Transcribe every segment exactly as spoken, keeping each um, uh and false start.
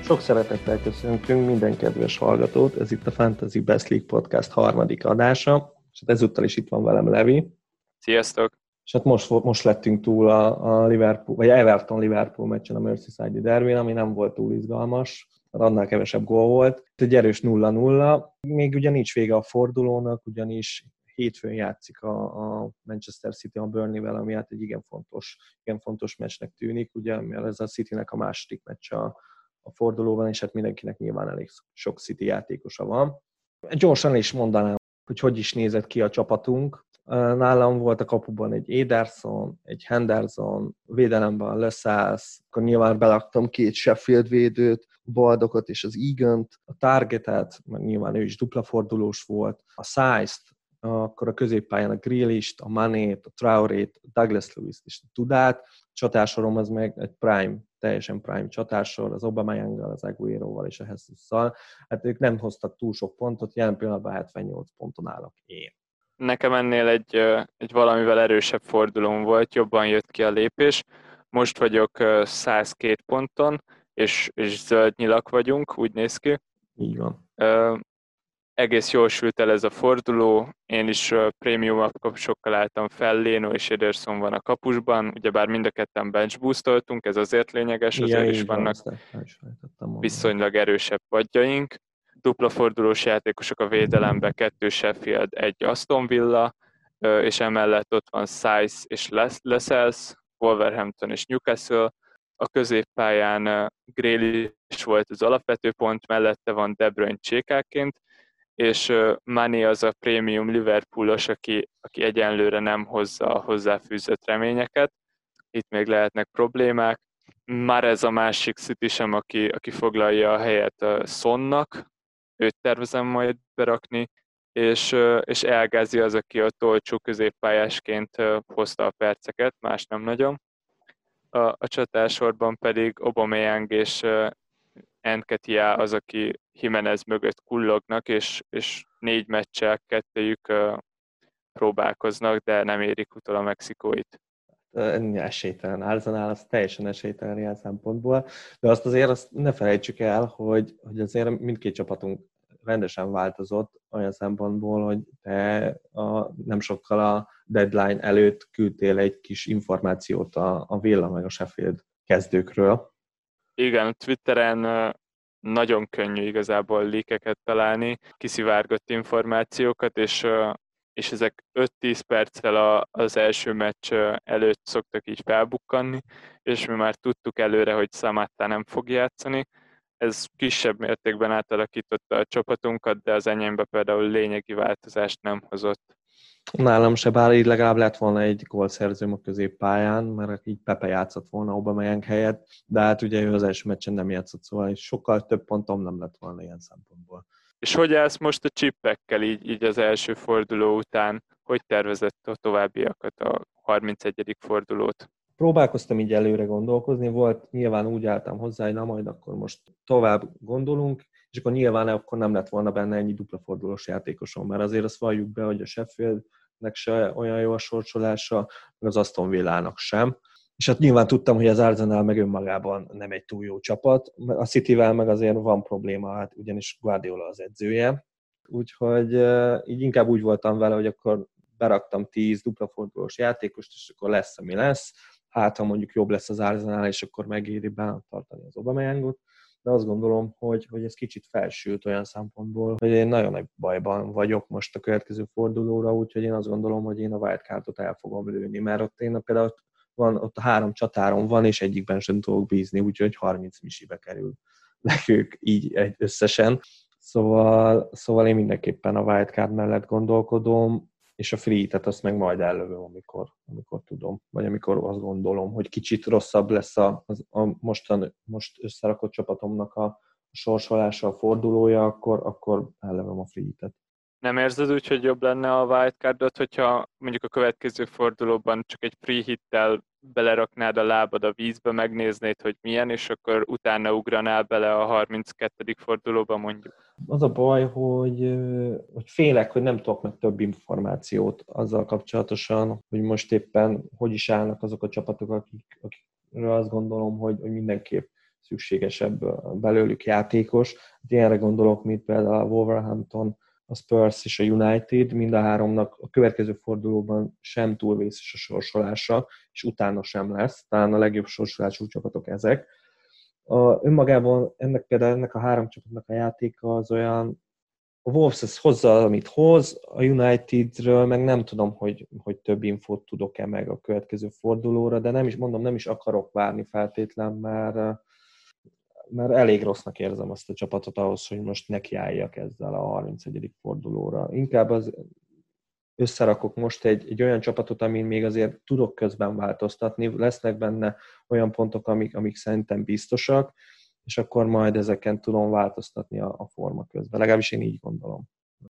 Sok szeretettel köszöntünk minden kedves hallgatót, ez itt a Fantasy Best League Podcast harmadik adása, és hát ezúttal is itt van velem Levi. Sziasztok! És hát most, most lettünk túl a, a Liverpool, vagy Everton-Liverpool meccsen a Merseyside-i derbén, ami nem volt túl izgalmas, annál kevesebb gól volt. Egy erős nulla nulla, még ugye nincs vége a fordulónak, ugyanis hétfőn játszik a, a Manchester City a Burnley-vel, ami hát egy igen fontos, igen fontos meccsnek tűnik, ugye, mert ez a Citynek a második meccs a, a fordulóban, és hát mindenkinek nyilván elég sok City játékosa van. Gyorsan is mondanám, hogy hogy is nézett ki a csapatunk. Nálam volt a kapuban egy Ederson, egy Henderson, védelemben Lascelles, akkor nyilván belaktam két Sheffield védőt, a Baldokot és az Egan-t, a Targetet, mert nyilván ő is dupla fordulós volt, a Saïst, akkor a középpályán a Grealish-t, a Manét, a Traorét, a Douglas Lewis-t és a Tudát. A csatársorom az meg egy prime, teljesen prime csatársor, az Aubameyanggal, az Agueroval és a Jesus-szal. Hát ők nem hoztak túl sok pontot, jelen pillanatban hetvennyolc ponton állok én. Nekem ennél egy, egy valamivel erősebb fordulóm volt, jobban jött ki a lépés. Most vagyok százkettő ponton, és, és zöld nyilak vagyunk, úgy néz ki. Így van. Uh, egész jól sült el ez a forduló, én is uh, prémium kapusokkal álltam fel, Leno és Ederson van a kapusban, ugyebár mind a ketten bench boostoltunk, ez azért lényeges, azért ja, is vannak van, viszonylag erősebb padjaink. Dupla fordulós játékosok a védelembe, kettő Sheffield, egy Aston Villa, és emellett ott van Saïs és Lascelles, Wolverhampton és Newcastle. A középpályán Grealish volt az alapvető pont, mellette van De Bruyne csékáként, és Mané az a prémium Liverpoolos, aki, aki egyenlőre nem hozza a hozzáfűzött reményeket. Itt még lehetnek problémák. Már ez a másik City sem, aki, aki foglalja a helyet a Sonnak, őt tervezem majd berakni, és, és Elgázi az, aki a olcsó középpályásként hozta a perceket, más nem nagyon. A, a csatársorban pedig Aubameyang és Nketiah az, aki Jimenez mögött kullognak, és, és négy meccsel kettőjük próbálkoznak, de nem érik utol a mexikóit. Esélytelen. Arsenal az teljesen esélytelen ilyen szempontból, de azt azért azt ne felejtsük el, hogy, hogy azért mindkét csapatunk rendesen változott olyan szempontból, hogy te a, nem sokkal a deadline előtt küldtél egy kis információt a, a Villa meg a Sheffield kezdőkről. Igen, Twitteren nagyon könnyű igazából líkeket találni, kiszivárgott információkat, és és ezek öt-tíz perccel az első meccs előtt szoktak így felbukkanni, és mi már tudtuk előre, hogy Samatta nem fog játszani. Ez kisebb mértékben átalakította a csapatunkat, de az enyémbe például lényegi változást nem hozott. Nálam se, bár így legalább lett volna egy gólszerzőm a középpályán, mert így Pepe játszott volna Aubameyang helyett, de hát ugye ő az első meccsen nem játszott, szóval sokkal több pontom nem lett volna ilyen szempontból. És hogy állsz most a csippekkel így, így az első forduló után? Hogy tervezett a továbbiakat, a harmincegyedik fordulót? Próbálkoztam így előre gondolkozni, volt, nyilván úgy álltam hozzá, hogy na majd akkor most tovább gondolunk, és akkor nyilván akkor nem lett volna benne ennyi dupla fordulós játékosom, mert azért azt valljuk be, hogy a Sheffieldnek se olyan jó a sorsolása, meg az Aston Villának sem. És hát nyilván tudtam, hogy az Arsenal meg önmagában nem egy túl jó csapat. A Cityvel meg azért van probléma, hát ugyanis Guardiola az edzője. Úgyhogy így inkább úgy voltam vele, hogy akkor beraktam tíz dupla fordulós játékost, és akkor lesz, ami lesz. Hát, ha mondjuk jobb lesz az Arsenal, és akkor megéri be tartani az Aubameyangot. De azt gondolom, hogy, hogy ez kicsit felsült olyan szempontból, hogy én nagyon nagy bajban vagyok most a következő fordulóra, úgyhogy én azt gondolom, hogy én a wildcardot el fogom lőni, mert ott én például van, ott a három csatárom van, és egyikben sem tudok bízni, úgyhogy harminc misibe kerül nekük így egy összesen. Szóval, szóval én mindenképpen a wildcard mellett gondolkodom, és a free-et azt meg majd ellövöm, amikor, amikor tudom, vagy amikor azt gondolom, hogy kicsit rosszabb lesz a, a mostan, most összerakott csapatomnak a sorsolása, a fordulója, akkor, akkor ellövöm a free-et. Nem érzed úgy, hogy jobb lenne a wildcardot, hogyha mondjuk a következő fordulóban csak egy free hittel beleraknád a lábad a vízbe, megnéznéd, hogy milyen, és akkor utána ugranál bele a harminckettedik fordulóba mondjuk? Az a baj, hogy, hogy félek, hogy nem tudok meg több információt azzal kapcsolatosan, hogy most éppen hogy is állnak azok a csapatok, akik, akikről azt gondolom, hogy, hogy mindenképp szükségesebb belőlük játékos. Ilyenre gondolok, mint például a Wolverhampton, a Spurs és a United, mind a háromnak a következő fordulóban sem túl vészes a sorsolása, és utána sem lesz. Talán a legjobb sorsolású csapatok ezek. A, önmagában ennek például ennek a három csapatnak a játéka az olyan, a Wolves ez hozza, amit hoz, a Unitedről meg nem tudom, hogy, hogy több infót tudok-e meg a következő fordulóra, de nem is mondom, nem is akarok várni feltétlen, mert, mert elég rossznak érzem azt a csapatot ahhoz, hogy most nekiálljak ezzel a harmincegyedik fordulóra. Inkább az összerakok most egy, egy olyan csapatot, amin még azért tudok közben változtatni, lesznek benne olyan pontok, amik, amik szerintem biztosak, és akkor majd ezeken tudom változtatni a, a forma közben. Legalábbis én így gondolom.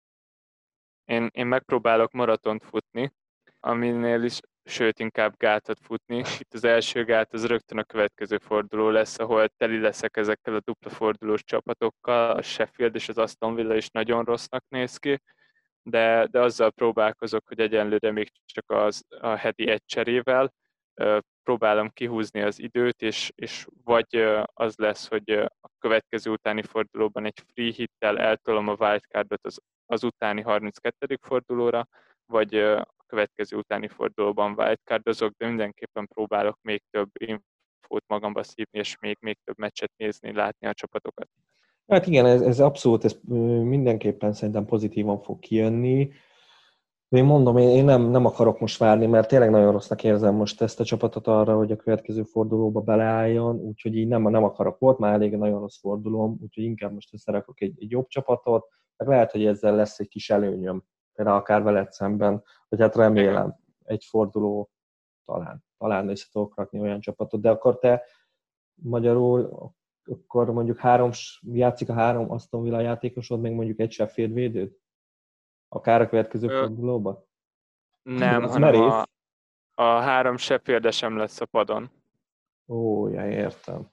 Én, én megpróbálok maratont futni, aminél is, sőt inkább gátat futni. Itt az első gát az rögtön a következő forduló lesz, ahol teli leszek ezekkel a dupla fordulós csapatokkal. A Sheffield és az Aston Villa is nagyon rossznak néz ki, de, de azzal próbálkozok, hogy egyenlőre még csak az, a heti egy cserével próbálom kihúzni az időt, és, és vagy az lesz, hogy a következő utáni fordulóban egy free hittel eltolom a wildcardot az, az utáni harminckettedik fordulóra, vagy a következő utáni fordulóban wildcardozok, de mindenképpen próbálok még több infót magamba szívni, és még, még több meccset nézni, látni a csapatokat. Hát igen, ez, ez abszolút, ez mindenképpen szerintem pozitívan fog kijönni. Én mondom, én nem, nem akarok most várni, mert tényleg nagyon rossznak érzem most ezt a csapatot arra, hogy a következő fordulóba beleálljon, úgyhogy így nem, nem akarok. Volt már elég nagyon rossz fordulóm, úgyhogy inkább most összerakok egy, egy jobb csapatot, meg lehet, hogy ezzel lesz egy kis előnyöm, például akár veled szemben, hogy hát remélem egy forduló talán, talán össze tudok rakni olyan csapatot, de akkor te magyarul, akkor mondjuk három, játszik a három Aston Villa játékosod, meg mondjuk egy Sheffield védőd? Akár a következő Ö, fordulóban? Nem, az hanem a, a három Sheffield sem lesz a padon. Ó, ja, értem.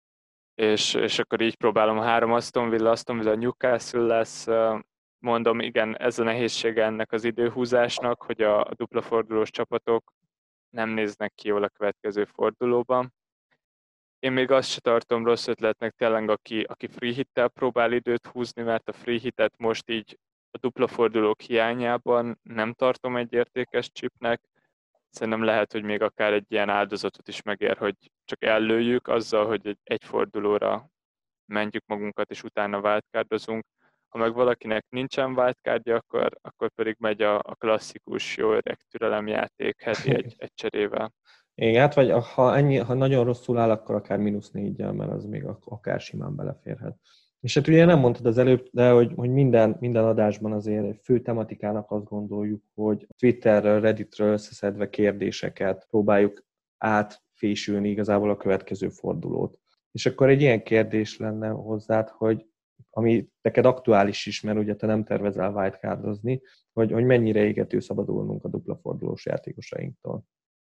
És, és akkor így próbálom a három Aston Villa, Aston Villa Newcastle lesz. Mondom, igen, ez a nehézsége ennek az időhúzásnak, hogy a, a dupla fordulós csapatok nem néznek ki jól a következő fordulóban. Én még azt se tartom rossz ötletnek tényleg, aki, aki free hittel próbál időt húzni, mert a free hitet most így a dupla fordulók hiányában nem tartom egy értékes chipnek. Szerintem lehet, hogy még akár egy ilyen áldozatot is megér, hogy csak ellőjük azzal, hogy egy, egy fordulóra mentjük magunkat, és utána wildcardozunk. Ha meg valakinek nincsen wildcardja, akkor, akkor pedig megy a, a klasszikus jó öreg türelemjáték heti egy, egy cserével. Igen, hát vagy ha, ennyi, ha nagyon rosszul áll, akkor akár mínusz négyel, mert az még akár simán beleférhet. És hát ugye nem mondtad az előbb, de hogy, hogy minden, minden adásban azért egy fő tematikának azt gondoljuk, hogy Twitterről, Redditről összeszedve kérdéseket próbáljuk átfésülni igazából a következő fordulót. És akkor egy ilyen kérdés lenne hozzád, hogy ami neked aktuális is, mert ugye te nem tervezel wildcardozni, hogy, hogy mennyire égető szabadulnunk a dupla fordulós játékosainktól.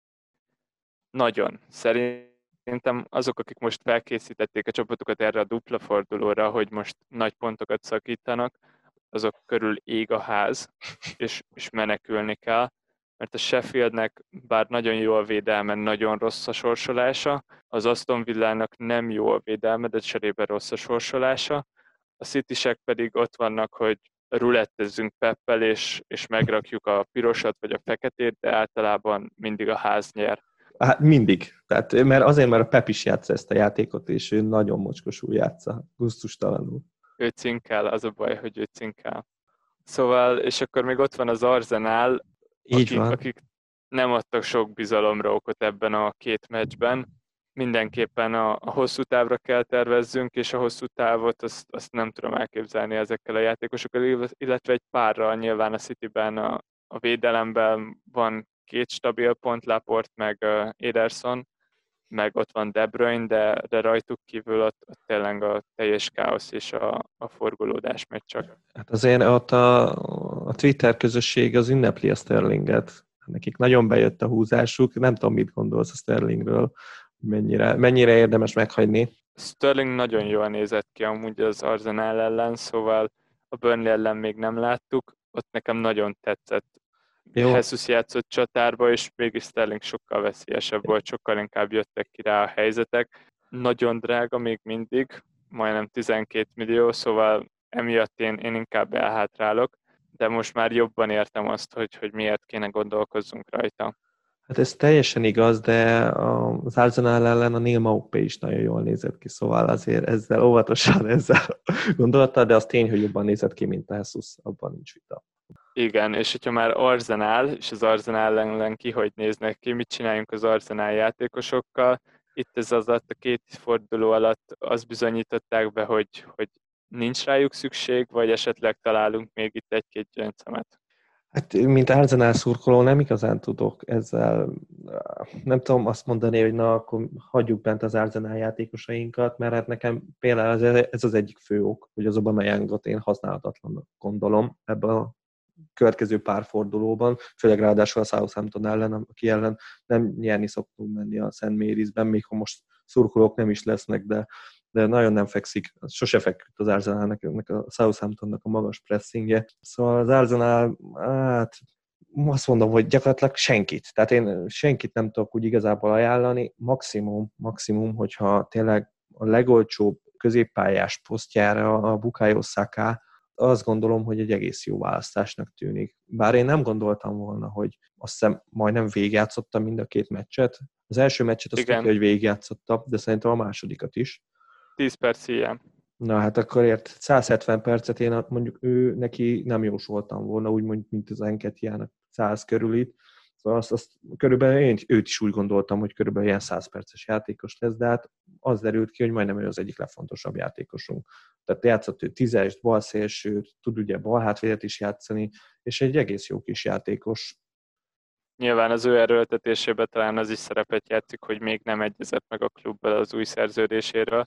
Nagyon. Szerintem azok, akik most felkészítették a csapatokat erre a dupla fordulóra, hogy most nagy pontokat szakítanak, azok körül ég a ház, és, és menekülni kell, mert a Sheffieldnek bár nagyon jó a védelme, nagyon rossz a sorsolása, az Aston Villának nem jó a védelme, de cserébe rossz a sorsolása, a Citysek pedig ott vannak, hogy rulettezzünk Peppel, és, és megrakjuk a pirosat vagy a feketét, de általában mindig a ház nyer. Hát mindig. Tehát, mert azért, mert a Pep is játsza ezt a játékot, és ő nagyon mocskosul játsza, gusztustalanul. Ő cinkel, az a baj, hogy ő cinkel. Szóval, és akkor még ott van az Arsenal, akik, akik nem adtak sok bizalomra okot ebben a két meccsben. Mindenképpen a, a hosszú távra kell tervezzünk, és a hosszú távot azt, azt nem tudom elképzelni ezekkel a játékosokkal, illetve egy párral nyilván a Cityben a, a védelemben van két stabil pont, Laporte meg uh, Ederson, meg ott van De Bruyne, de, de rajtuk kívül ott, ott tényleg a teljes káosz és a, a forgolódás megy csak. Hát azért ott a, a Twitter közösség az ünnepli a Sterlinget. Nekik nagyon bejött a húzásuk, nem tudom, mit gondolsz a Sterlingről, mennyire, mennyire érdemes meghagyni. Sterling nagyon jól nézett ki amúgy az Arsenal ellen, szóval a Burnley ellen még nem láttuk, ott nekem nagyon tetszett. Jó. Jesus játszott csatárba, és mégis Sterling sokkal veszélyesebb volt, sokkal inkább jöttek ki rá a helyzetek. nagyon drága még mindig, majdnem tizenkét millió, szóval emiatt én, én inkább elhátrálok, de most már jobban értem azt, hogy, hogy miért kéne gondolkozzunk rajta. Hát ez teljesen igaz, de az Arsenal ellen a Neil Maupay is nagyon jól nézett ki, szóval azért ezzel óvatosan ezzel gondolta, de az tény, hogy jobban nézett ki, mint a Jesus, abban nincs vita. Igen, és hogyha már Arsenal, és az Arsenal ellen ki, hogy néznek ki, mit csináljunk az Arsenal játékosokkal, itt ez az alatt, a két forduló alatt azt bizonyították be, hogy, hogy nincs rájuk szükség, vagy esetleg találunk még itt egy-két gyöngyszemet. Hát, mint Arsenal szurkoló nem igazán tudok ezzel, nem tudom azt mondani, hogy na, akkor hagyjuk bent az Arsenal játékosainkat, mert hát nekem például ez az egyik fő ok, hogy az Aubameyangot én használhatatlannak gondolom ebben a következő pár fordulóban, főleg ráadásul a Southampton ellen, aki ellen nem nyerni szoktunk menni a Szent Mary's-ben, még ha most szurkolók nem is lesznek, de, de nagyon nem fekszik, sose feküdt az Arsenalnak, a Southamptonnak a magas pressingje. Szóval az Arsenal, hát azt mondom, hogy gyakorlatilag senkit. Tehát én senkit nem tudok úgy igazából ajánlani. Maximum, maximum, hogyha tényleg a legolcsóbb középpályás posztjára a Bukayo Saka, azt gondolom, hogy egy egész jó választásnak tűnik. Bár én nem gondoltam volna, hogy azt hiszem majdnem végigjátszottam mind a két meccset. Az első meccset azt tudja, hogy végigjátszottam, de szerintem a másodikat is. tíz perc ilyen. Na hát akkor ért százhetven percet én mondjuk ő neki nem jósoltam volna, úgymond, mint az Enketiának száz körülit. Szóval azt, azt körülbelül én őt is úgy gondoltam, hogy körülbelül ilyen száz perces játékos lesz, de hát az derült ki, hogy majdnem ő az egyik legfontosabb játékosunk. Tehát játszott ő tízest, balszélsőt, tud ugye balhátvédet is játszani, és egy egész jó kis játékos. Nyilván az ő erőltetésében talán az is szerepet játszik, hogy még nem egyezett meg a klubbal az új szerződéséről.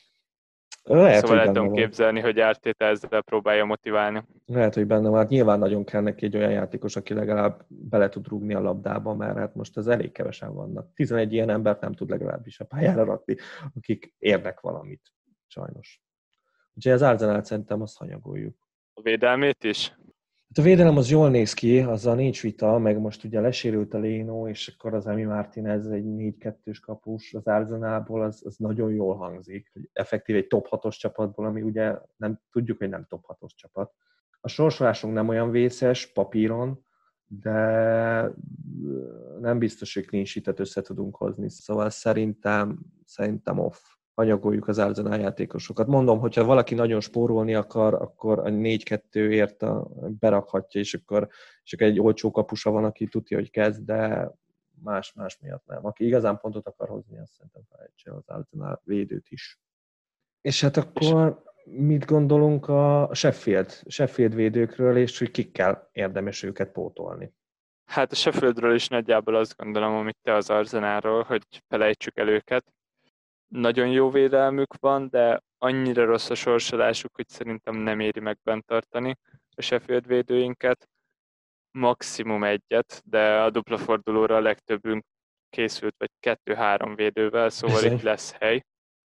Lehet, szóval el tudom van. képzelni, hogy Arteta ezzel próbálja motiválni. Lehet, hogy benne van. Hát nyilván nagyon kell neki egy olyan játékos, aki legalább bele tud rúgni a labdába, mert hát most ez elég kevesen vannak. tizenegy ilyen embert nem tud legalábbis a pályára rakni, akik érnek valamit, sajnos. Úgyhogy az Arsenal szerintem azt hanyagoljuk. A védelmét is? Hát a védelem az jól néz ki, azzal nincs vita, meg most ugye lesérült a Leno, és akkor az Emi Martinez egy négy kettős kapus az Arsenalból, az, az nagyon jól hangzik. Effektív egy top hatos csapatból, ami ugye nem tudjuk, hogy nem top hatos csapat. A sorsolásunk nem olyan vészes papíron, de nem biztos, hogy clean sheet-et össze tudunk hozni. Szóval szerintem, szerintem off. Anyagoljuk az Arsenal játékosokat. Mondom, hogyha valaki nagyon spórolni akar, akkor a négy kettőért a, berakhatja, és akkor, és akkor egy olcsó kapusa van, aki tudja, hogy kezd, de más, más miatt nem. Aki igazán pontot akar hozni, azt szerintem felejtse az Arsenal védőt is. És hát akkor mit gondolunk a Sheffield, Sheffield védőkről, és hogy kikkel érdemes őket pótolni? Hát a Sheffieldről is nagyjából azt gondolom, amit te az Arsenalról, hogy felejtsük el őket. Nagyon jó védelmük van, de annyira rossz a sorsolásuk, hogy szerintem nem éri meg bent tartani a Sheffield védőinket. Maximum egyet, de a dupla fordulóra a legtöbbünk készült, vagy kettő-három védővel, szóval Bizony. Itt lesz hely.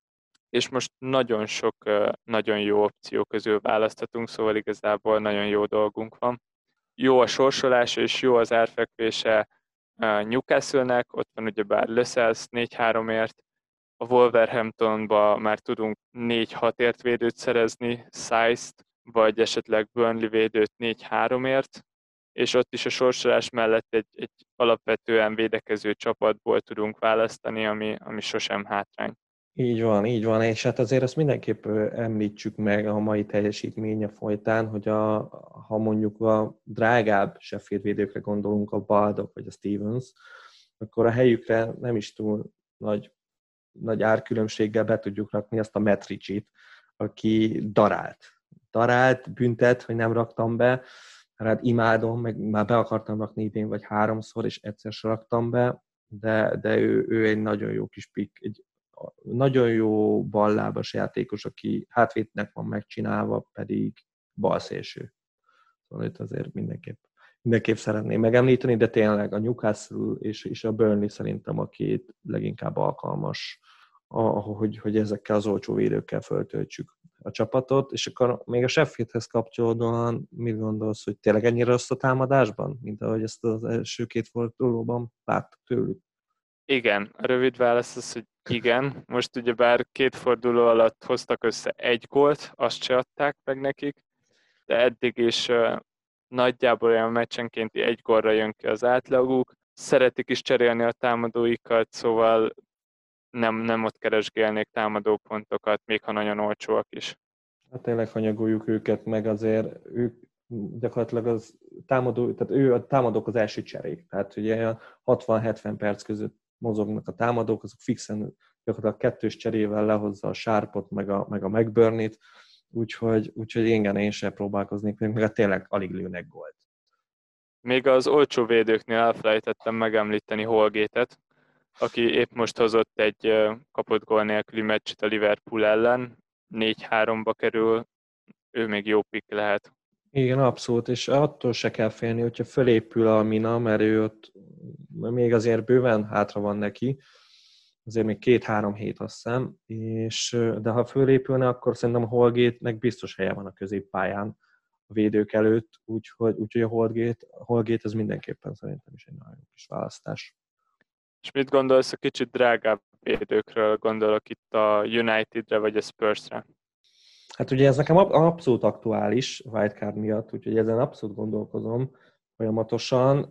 És most nagyon sok, nagyon jó opció közül választhatunk, szóval igazából nagyon jó dolgunk van. Jó a sorsolás, és jó az árfekvése Newcastle-nek, ott van ugyebár Lascelles négy háromért, a Wolverhamptonba már tudunk négy-hatért védőt szerezni, Size-t, vagy esetleg Burnley védőt négy háromért, és ott is a sorsolás mellett egy, egy alapvetően védekező csapatból tudunk választani, ami, ami sosem hátrány. Így van, így van, és hát azért azt mindenképp említsük meg a mai teljesítménye folytán, hogy a, ha mondjuk a drágább Sheffield védőkre gondolunk, a Baldock vagy a Stevens, akkor a helyükre nem is túl nagy, nagy árkülönbséggel be tudjuk rakni azt a Metricsit, aki darált. Darált, büntet, hogy nem raktam be, hát imádom, meg már be akartam rakni idén vagy háromszor, és egyszer sem raktam be, de, de ő, ő egy nagyon jó kis pick, egy nagyon jó ballábas játékos, aki hátvédnek van megcsinálva, pedig balszélső. Szóval itt azért mindenképp, mindenképp szeretném megemlíteni, de tényleg a Newcastle és, és a Burnley szerintem a két leginkább alkalmas, hogy, hogy ezekkel az olcsó védőkkel föltöltsük a csapatot, és akkor még a Sheffieldhez kapcsolódóan mit gondolsz, hogy tényleg ennyire rossz a támadásban, mint ahogy ezt az első két fordulóban láttuk tőlük? Igen, a rövid válasz az, hogy Igen, most ugyebár két forduló alatt hoztak össze egy gólt, azt se adták meg nekik, de eddig is uh, nagyjából olyan meccsenkénti egy gólra jön ki az átlaguk. Szeretik is cserélni a támadóikat, szóval nem, nem ott keresgélnék támadópontokat, még ha nagyon olcsóak is. Hát tényleg hanyagoljuk őket, meg azért ők gyakorlatilag az támadó, tehát ő a támadók az első cserék. Tehát ugye hatvan-hetven perc között mozognak a támadók, azok fixen gyakorlatilag kettős cserével lehozza a Sharpot, meg a, meg a McBurney-t, úgyhogy, úgyhogy igen, én sem próbálkoznék, meg hát tényleg alig lőnek gólt. Még az olcsó védőknél elfelejtettem megemlíteni Holgate-et, aki épp most hozott egy kapott gól nélküli meccset a Liverpool ellen, négy háromba kerül, ő még jó pick lehet. Igen, abszolút, és attól se kell félni, hogyha fölépül a Mina, mert ő ott még azért bőven hátra van neki, azért még két-három hét azt hiszem, és, de ha fölépülne, akkor szerintem a Holgate-nek biztos helye van a középpályán a védők előtt, úgyhogy, úgyhogy a Holgate, a Holgate ez mindenképpen szerintem is egy nagyon kis választás. És mit gondolsz a kicsit drágább védőkről? Gondolok itt a Unitedre vagy a Spursre. Hát ugye ez nekem abszolút aktuális wildcard miatt, úgyhogy ezen abszolút gondolkozom folyamatosan.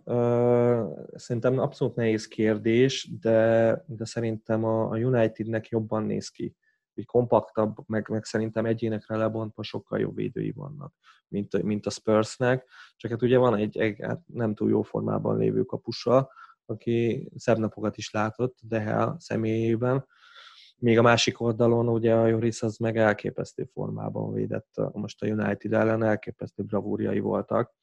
Szerintem abszolút nehéz kérdés, de, de szerintem a Unitednek jobban néz ki. Így kompaktabb, meg, meg szerintem egyénekre lebontva sokkal jobb védői vannak, mint, mint a Spursnek. Csak hát ugye van egy, egy hát nem túl jó formában lévő kapusa, aki szebb napokat is látott, de személyében. Még a másik oldalon ugye a Joris az meg elképesztő formában védett most a United ellen, elképesztő bravúrjai voltak.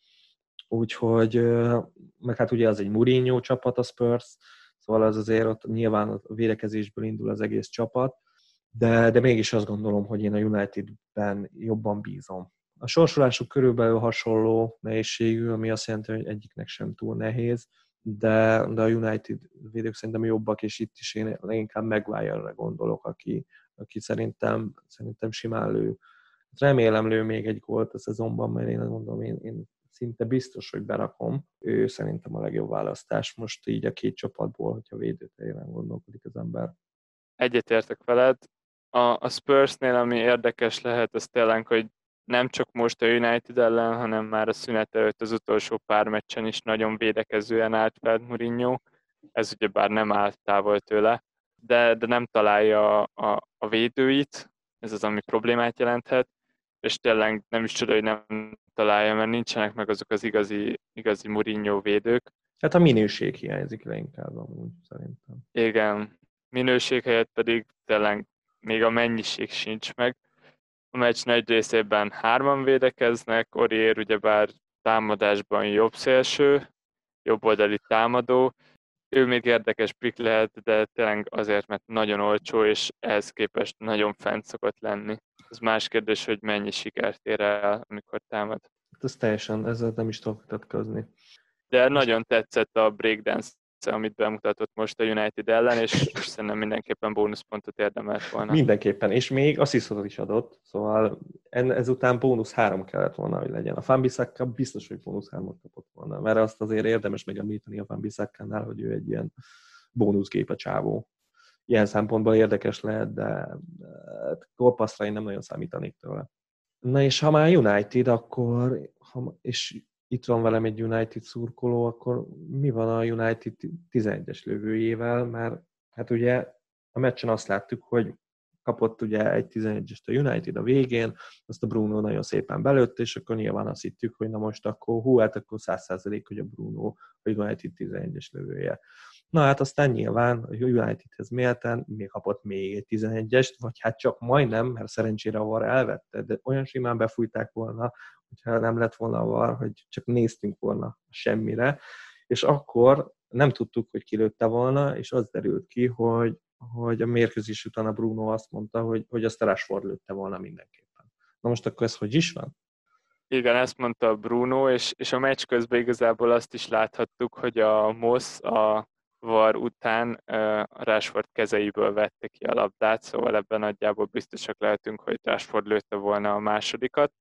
Úgyhogy, meg hát ugye az egy Mourinho csapat a Spurs, szóval az azért ott nyilván a védekezésből indul az egész csapat, de, de mégis azt gondolom, hogy én a Unitedben jobban bízom. A sorsolásuk körülbelül hasonló nehézségű, ami azt jelenti, hogy egyiknek sem túl nehéz, de, de a United védők szerintem jobbak, és itt is én leginkább Maguire-re gondolok, aki, aki szerintem, szerintem simán lő. Remélem lő még egy gólt a szezonban, mert én mondom, én, én szinte biztos, hogy berakom. Ő szerintem a legjobb választás most így a két csapatból, hogyha védőteljében gondolkodik az ember. Egyetértek veled. A, a Spursnél, ami érdekes lehet, az tényleg, hogy nem csak most a United ellen, hanem már a szünet előtt az utolsó pár meccsen is nagyon védekezően állt fel Mourinho. Ez ugyebár nem állt távol tőle, de, de nem találja a, a, a védőit, ez az, ami problémát jelenthet, és tényleg nem is csoda, hogy nem találja, mert nincsenek meg azok az igazi, igazi Mourinho védők. Hát a minőség hiányzik leginkább amúgy, szerintem. Igen, minőség helyett pedig tényleg még a mennyiség sincs meg. A meccs nagy részében hárman védekeznek, Aurier ugyebár támadásban jobb szélső, jobb oldali támadó. Ő még érdekes pick lehet, de tényleg azért, mert nagyon olcsó, és ehhez képest nagyon fent szokott lenni. Ez más kérdés, hogy mennyi sikert ér el, amikor támad. Ez teljesen, ezzel nem is tudok vitatkozni. De nagyon tetszett a breakdance, amit bemutatott most a United ellen, és szerintem mindenképpen bónuszpontot érdemelt volna. Mindenképpen, és még asszisztot is adott, szóval ezután bónusz három kellett volna, hogy legyen. A Wan-Bissaka biztos, hogy bónusz hármat kapott volna, mert azt azért érdemes megemlíteni a Wan-Bissakánál, hogy ő egy ilyen bónuszgép a csávó. Ilyen szempontból érdekes lehet, de gólpasszra én nem nagyon számítanék tőle. Na és ha már United, akkor, ha, és itt van velem egy United szurkoló, akkor mi van a United tizenegyes lövőjével, mert hát ugye a meccsen azt láttuk, hogy kapott ugye egy tizenegyest a United a végén, azt a Bruno nagyon szépen belőtt, és akkor nyilván azt hittük, hogy na most akkor hú, hát akkor száz százalék, hogy a Bruno a United tizenegyes lövője. Na hát aztán nyilván a Unitedhez méltán még kapott még egy tizenegyest, vagy hát csak majdnem, mert szerencsére a VAR elvette, de olyan simán befújták volna, hogyha nem lett volna a VAR, hogy csak néztünk volna semmire, és akkor nem tudtuk, hogy kilőtte volna, és az derült ki, hogy, hogy a mérkőzés után a Bruno azt mondta, hogy, hogy azt a Rashford lőtte volna mindenképpen. Na most akkor ez hogy is van? Igen, ezt mondta a Bruno, és, és a meccs közben igazából azt is láthattuk, hogy a Moss a VAR után a Rashford kezeiből vette ki a labdát, szóval ebben nagyjából biztosak lehetünk, hogy Rashford lőtte volna a másodikat.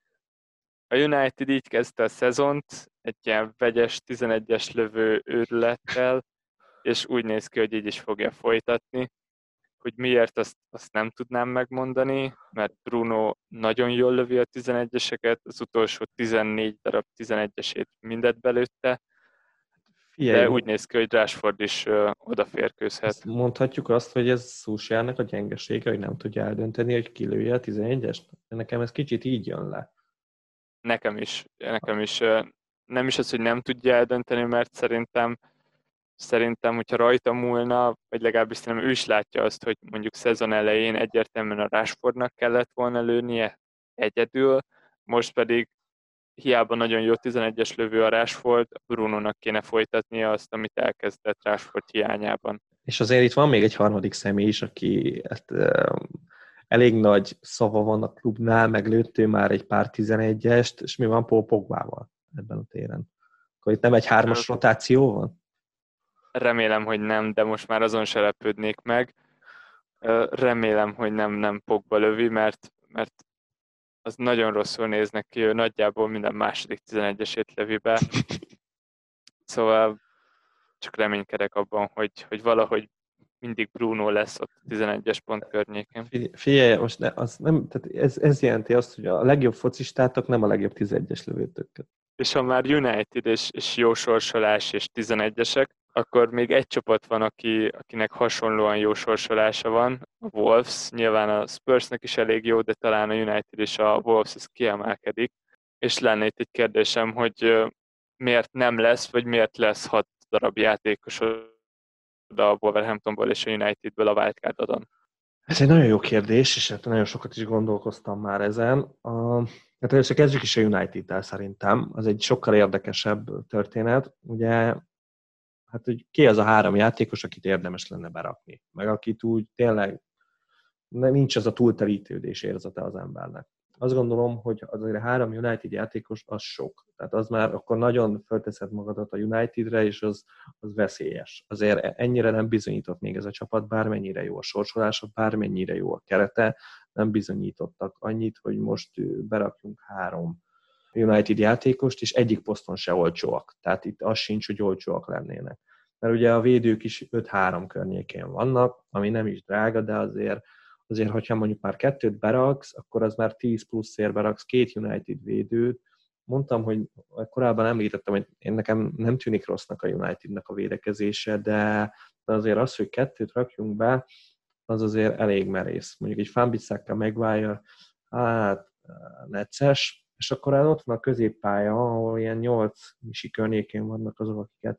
A United így kezdte a szezont, egy ilyen vegyes tizenegyes lövő őrülettel, és úgy néz ki, hogy így is fogja folytatni. hogy miért, azt, azt nem tudnám megmondani, mert Bruno nagyon jól lövi a tizenegyeseket, az utolsó tizennégy darab tizenegyesét mindet belőtte, de Figyelj, úgy néz ki, hogy Rashford is uh, azt odaférkőzhet. mondhatjuk azt, hogy ez Solskjaernek a gyengesége, hogy nem tudja eldönteni, hogy kilője a tizenegyest? Nekem ez kicsit így jön le. Nekem is, nekem is uh, nem is az, hogy nem tudja eldönteni, mert szerintem Szerintem, hogyha rajta múlna, vagy legalábbis szerintem ő is látja azt, hogy mondjuk szezon elején egyértelműen a Rashfordnak kellett volna lőnie egyedül, most pedig hiába nagyon jó tizenegyes lövő a Rashford, Brunónak kéne folytatnia azt, amit elkezdett Rashford hiányában. És azért itt van még egy harmadik személy is, aki hát, elég nagy szava van a klubnál, meg lőttő már egy pár tizenegyest, és mi van Paul Pogbával ebben a téren? Akkor itt nem egy hármas rotáció van? Remélem, hogy nem, de most már azon se lepődnék meg. Remélem, hogy nem, nem Pogba lövi, mert, mert az nagyon rosszul néznek ki, ő nagyjából minden második tizenegyesét lövi be. Szóval csak reménykedek abban, hogy, hogy valahogy mindig Bruno lesz ott a tizenegyes pont környékén. Figyelj, most ne, az nem, tehát ez, ez jelenti azt, hogy a legjobb focistátok nem a legjobb tizenegyes lövőtöket. És ha már United és, és jó sorsolás és tizenegyesek, akkor még egy csapat van, aki, akinek hasonlóan jó sorsolása van, a Wolves. Nyilván a Spursnek is elég jó, de talán a United és a Wolves ez kiemelkedik. És lenne itt egy kérdésem, hogy miért nem lesz, vagy miért lesz hat darab játékos a Wolverhamptonból és a Unitedből a wildcardodon? Ez egy nagyon jó kérdés, és hát nagyon sokat is gondolkoztam már ezen. A, hát először kezdjük is a United-tel szerintem. Az egy sokkal érdekesebb történet. Ugye, hát hogy ki az a három játékos, akit érdemes lenne berakni, meg akit úgy tényleg nincs az a túlterítődés érzete az embernek. Azt gondolom, hogy azért a három United játékos az sok. Tehát az már akkor nagyon fölteszed magadat a Unitedre, és az, az veszélyes. Azért ennyire nem bizonyított még ez a csapat, bármennyire jó a sorsolása, bármennyire jó a kerete, nem bizonyítottak annyit, hogy most berakjunk három United játékost, és egyik poszton se olcsóak. Tehát itt az sincs, hogy olcsóak lennének. Mert ugye a védők is öt három környékén vannak, ami nem is drága, de azért azért, hogyha mondjuk már kettőt beraksz, akkor az már tíz pluszért beraksz két United védőt. Mondtam, hogy korábban említettem, hogy én nekem nem tűnik rossznak a Unitednak a védekezése, de azért az, hogy kettőt rakjunk be, az azért elég merész. Mondjuk egy Wan-Bissaka Maguire, hát necces, és akkor ott van a középpálya, ahol ilyen nyolc misi környékén vannak azok, akiket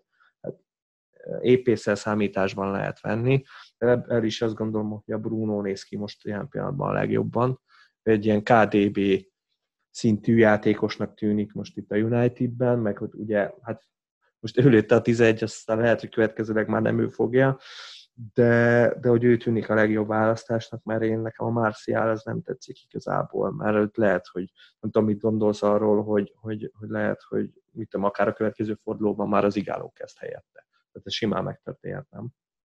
épészel számításban lehet venni. Erről is azt gondolom, hogy a Bruno néz ki most ilyen pillanatban a legjobban. Egy ilyen ká dé bé szintű játékosnak tűnik most itt a Unitedben, meg hogy ugye, hát most ő lőtte a tizenegy, aztán lehet, hogy következőleg már nem ő fogja, de, de hogy ő tűnik a legjobb választásnak, mert én nekem a Martial az nem tetszik igazából, mert lehet, hogy nem tudom, mit gondolsz arról, hogy, hogy, hogy lehet, hogy mit tudom, akár a következő fordulóban már az Igáló kezd helyette. Tehát ez simán megtörténhet, nem?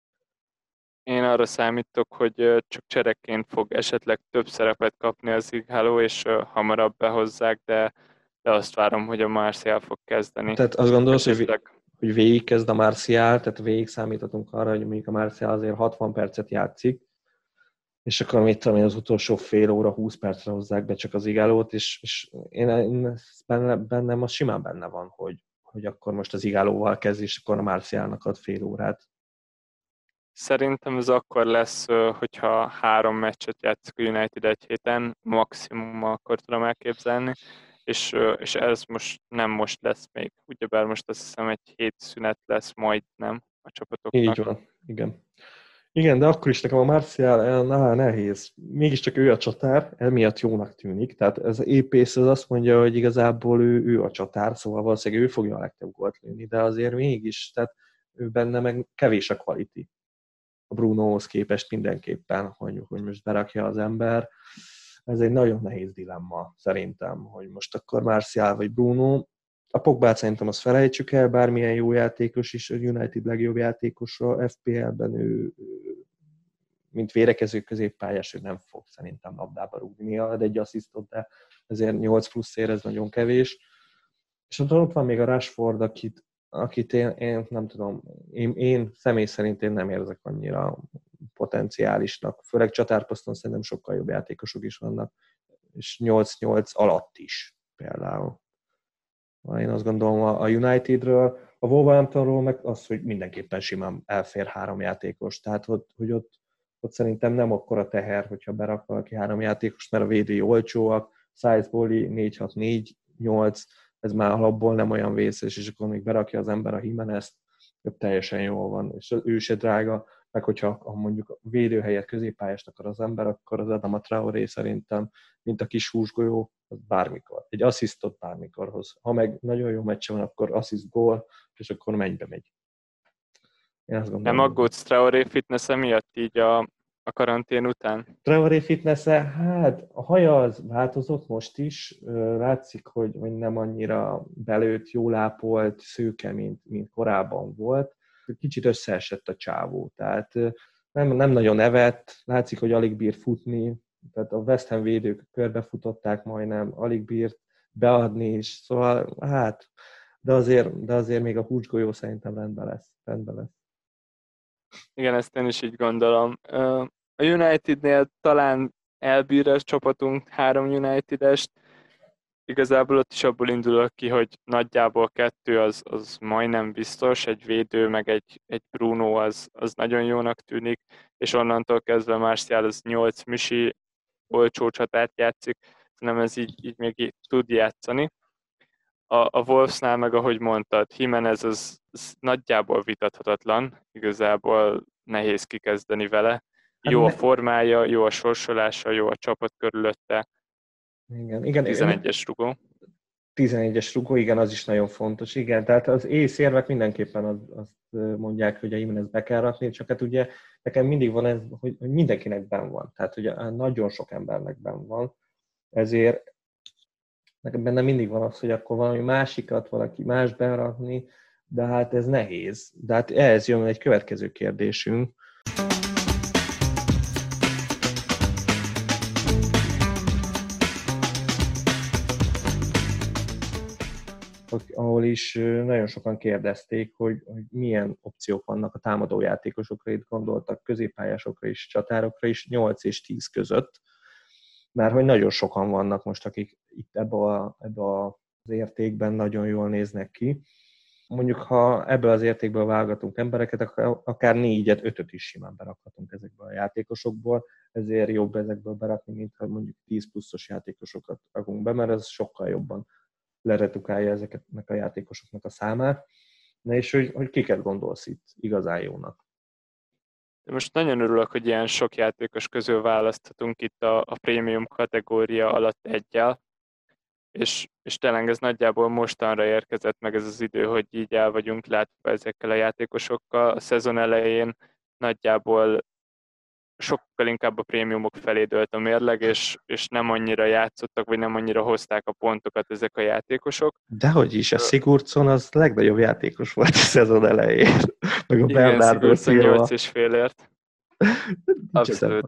Én arra számítok, hogy csak csereként fog esetleg több szerepet kapni az Igáló, és hamarabb behozzák, de, de azt várom, hogy a Martial fog kezdeni. Tehát azt gondolsz, esetleg... hogy, hogy végig kezd a Martial, tehát végig számíthatunk arra, hogy mondjuk a Martial azért hatvan percet játszik, és akkor mit tudom én, az utolsó fél óra, húsz percre hozzák be csak az Igálót, és, és én, én benne, bennem az simán benne van, hogy, hogy akkor most az Igálóval kezd, és akkor a Martialnak ad fél órát. Szerintem ez akkor lesz, hogyha három meccset játszik a United egy héten, maximum akkor tudom elképzelni, és, és ez most nem most lesz még, ugyebár most azt hiszem egy hét szünet lesz majd, nem a csapatoknak. Így van, igen. Igen, de akkor is nekem a Martial na, nehéz. Mégiscsak ő a csatár, emiatt jónak tűnik. Tehát ez épész az azt mondja, hogy igazából ő, ő a csatár, szóval valószínűleg ő fogja a legtöbb gólt lőni, de azért mégis, tehát ő benne meg kevés a quality. A Brunohoz képest mindenképpen, hogy, hogy most berakja az ember. Ez egy nagyon nehéz dilemma szerintem, hogy most akkor Martial vagy Bruno. A Pogbát szerintem azt felejtsük el, bármilyen jó játékos is, a United legjobb játékosa, ef pé el-ben ő, mint védekező középpályás, ő nem fog szerintem labdába rúgni, ad egy asszisztot, de ezért nyolc pluszért ez nagyon kevés. És ott van még a Rashford, akit, akit én, én nem tudom, én, én személy szerint én nem érzek annyira potenciálisnak. Főleg csatárposzton szerintem sokkal jobb játékosok is vannak, és nyolc nyolc alatt is például. Én azt gondolom a Unitedről, a Wolverhamptonról meg az, hogy mindenképpen simán elfér három játékos. Tehát, hogy, hogy ott, ott szerintem nem akkora teher, hogyha berak valaki három játékos, mert a védői olcsóak, Salisbury négy hat négy nyolc, ez már alapból nem olyan vészes, és akkor még berakja az ember a Jimenez-t, teljesen jól van, és ő se drága, meg hogyha ha mondjuk a védő helyett középpályást akar az ember, akkor az Adama Traoré szerintem, mint a kis húsgolyó, az bármikor. Egy asszisztot bármikor hoz. Ha meg nagyon jó meccse van, akkor assziszt gól, és akkor mennybe megy. Én azt gondolom, nem aggódsz Traoré fitnesse miatt így a, a karantén után? Traoré fitnesse, hát a haja az változott most is, látszik, hogy, hogy nem annyira belőtt, jól ápolt, szőke, mint, mint korábban volt. Kicsit összeesett a csávó, tehát nem, nem nagyon evett, látszik, hogy alig bír futni, tehát a West Ham védők körbefutották majdnem, alig bírt beadni is, szóval hát, de azért, de azért még a húsgolyó szerintem rendben lesz. Rendben lesz. Igen, ezt én is így gondolom. A Unitednél talán elbír a csapatunk három United-est, igazából ott is abból indulok ki, hogy nagyjából kettő az, az majdnem biztos, egy védő, meg egy, egy Bruno az, az nagyon jónak tűnik, és onnantól kezdve Martial az nyolc misi olcsó csatárt játszik, szerintem ez így, így még így tud játszani. A, a Wolvesnál meg, ahogy mondtad, Jimenez az, az nagyjából vitathatatlan, igazából nehéz kikezdeni vele. Jó a formája, jó a sorsolása, jó a csapat körülötte. Igen, igen. tizenegyes rugó. tizenegyes rugó, igen, az is nagyon fontos. Igen, tehát az észérvek mindenképpen az, azt mondják, hogy a Jimenez be kell rakni, csak hát ugye nekem mindig van ez, hogy, hogy mindenkinek benn van. Tehát ugye nagyon sok embernek benn van. Ezért nekem benne mindig van az, hogy akkor valami másikat, valaki más berakni, de hát ez nehéz. De hát ehhez jön egy következő kérdésünk. Ahol is nagyon sokan kérdezték, hogy, hogy milyen opciók vannak a támadójátékosokra, itt gondoltak középpályásokra is, csatárokra is, nyolc és tíz között, mert hogy nagyon sokan vannak most, akik itt ebbe, a, ebbe az értékben nagyon jól néznek ki. Mondjuk, ha ebből az értékből válogatunk embereket, akkor akár négyet, ötöt is simán berakhatunk ezekből a játékosokból, ezért jobb ezekből berakni, mint ha mondjuk tíz pluszos játékosokat rakunk be, mert ez sokkal jobban leredukálja ezeknek a játékosoknak a számát. Na és hogy, hogy kiket gondolsz itt igazán jónak? De most nagyon örülök, hogy ilyen sok játékos közül választhatunk itt a, a prémium kategória alatt egyel, és, és tényleg ez nagyjából mostanra érkezett meg ez az idő, hogy így el vagyunk látva ezekkel a játékosokkal. A szezon elején nagyjából sokkal inkább a prémiumok felé dőlt a mérleg, és, és nem annyira játszottak, vagy nem annyira hozták a pontokat ezek a játékosok. Dehogy is, a Sigurdsson az legnagyobb játékos volt a szezon elején. Meg a Bernardo Silva. nyolc és félért. Abszolút.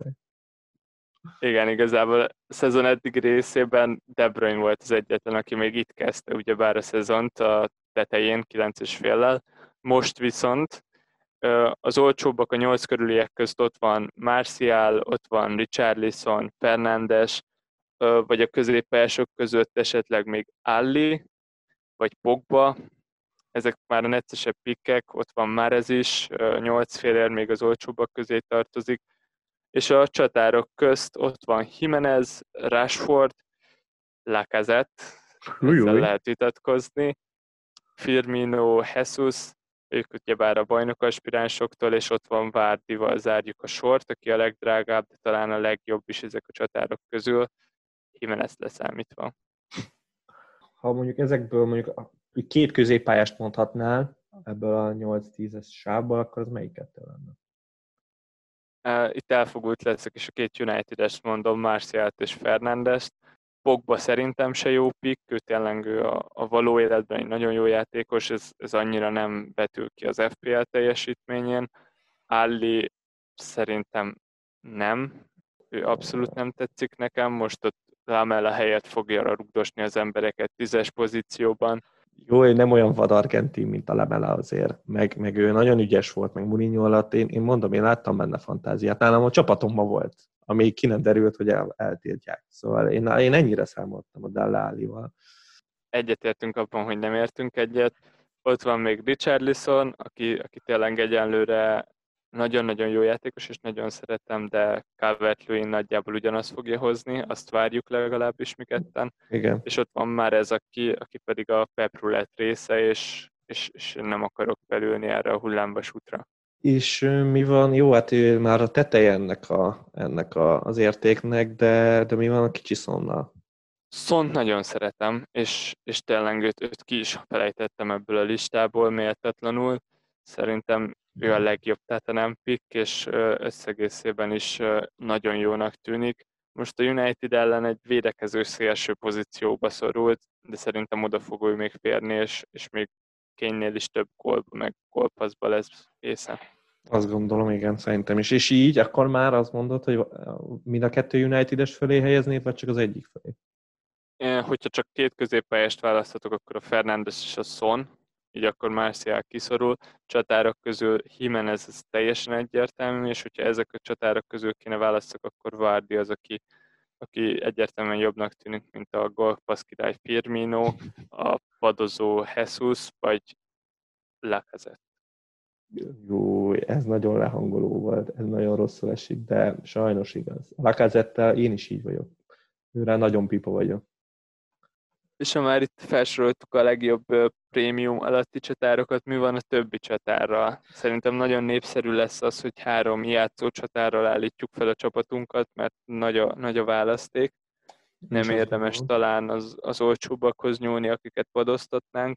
Igen, igazából a szezon eddig részében De Bruyne volt az egyetlen, aki még itt kezdte ugyebár a szezont a tetején kilenc és féllel. Most viszont az olcsóbbak a nyolc körüliek közt ott van Martial, ott van Richarlison, Fernandes, vagy a középpályások között esetleg még Alli, vagy Pogba. Ezek már a neccesebb pikkek, ott van már ez is, nyolc félér még az olcsóbbak közé tartozik. És a csatárok közt ott van Jimenez, Rashford, Lacazette, ezzel lehet vitatkozni, Firmino, Jesus, ők ugyebár a bajnok aspiránsoktól, és ott van Vardyval zárjuk a sort, aki a legdrágább, de talán a legjobb is ezek a csatárok közül, Jimenez leszámítva. Ha mondjuk ezekből mondjuk két középpályást mondhatnál ebből a nyolc-tízes sávból, akkor az melyik kettő lenne? Itt elfogult leszek, és a két United-est mondom, Martialt és Fernandest. Pogba szerintem se jó pick, ő tényleg ő a, a való életben egy nagyon jó játékos, ez, ez annyira nem vetül ki az ef pé el teljesítményén. Alli szerintem nem, ő abszolút nem tetszik nekem, most ott Lamela helyett fogja rugdosni az embereket tízes pozícióban. Jó, nem olyan vad argentin, mint a Lamela azért, meg, meg ő nagyon ügyes volt, meg Mourinho alatt, én, én mondom, én láttam benne fantáziát. Nálam a csapatomban volt, ami ki nem derült, hogy el, eltiltják. Szóval én, én ennyire számoltam a Dele Allival. Egyetértünk abban, hogy nem értünk egyet. Ott van még Richarlison, aki, aki tényleg egyenlőre nagyon-nagyon jó játékos, és nagyon szeretem, de Calvert-Lewin nagyjából ugyanazt fogja hozni, azt várjuk legalábbis mi ketten. Igen. És ott van már ez, aki, aki pedig a Pep Roulette része, és, és, és nem akarok belülni erre a hullámvasútra. És mi van? Jó, hát ő már a teteje ennek, a, ennek a, az értéknek, de, de mi van a kicsi Sonnal? Szont nagyon szeretem, és, és tényleg őt, őt ki is felejtettem ebből a listából méltatlanul. Szerintem ő a legjobb Tottenham pick, és összegészében is nagyon jónak tűnik. Most a United ellen egy védekező szélső pozícióba szorult, de szerintem oda fog ő még férni, és, és még Kane-nél is több gólba, meg gólpasszba lesz észe. Azt gondolom, igen, szerintem is. És így akkor már azt mondod, hogy mind a kettő United-es fölé helyeznéd, vagy csak az egyik fölé? Hogyha csak két középpályást választhatok, akkor a Fernandes és a Son, így akkor Martial kiszorul. Csatárok közül Jimenez ez teljesen egyértelmű, és hogyha ezek a csatárok közül kéne választok, akkor Vardy az, aki, aki egyértelműen jobbnak tűnik, mint a golfpassz király Firmino, a padozó Jesus, vagy Lacazette. Jó, ez nagyon lehangoló volt, ez nagyon rosszul esik, de sajnos igaz. A Lacazette-tel én is így vagyok. Őrá nagyon pipa vagyok. És ha már itt felsoroltuk a legjobb prémium alatti csatárokat, mi van a többi csatárral? Szerintem nagyon népszerű lesz az, hogy három játszó csatárral állítjuk fel a csapatunkat, mert nagy a, nagy a választék. Nem érdemes talán az, az olcsóbbakhoz nyúlni, akiket padoztatnánk.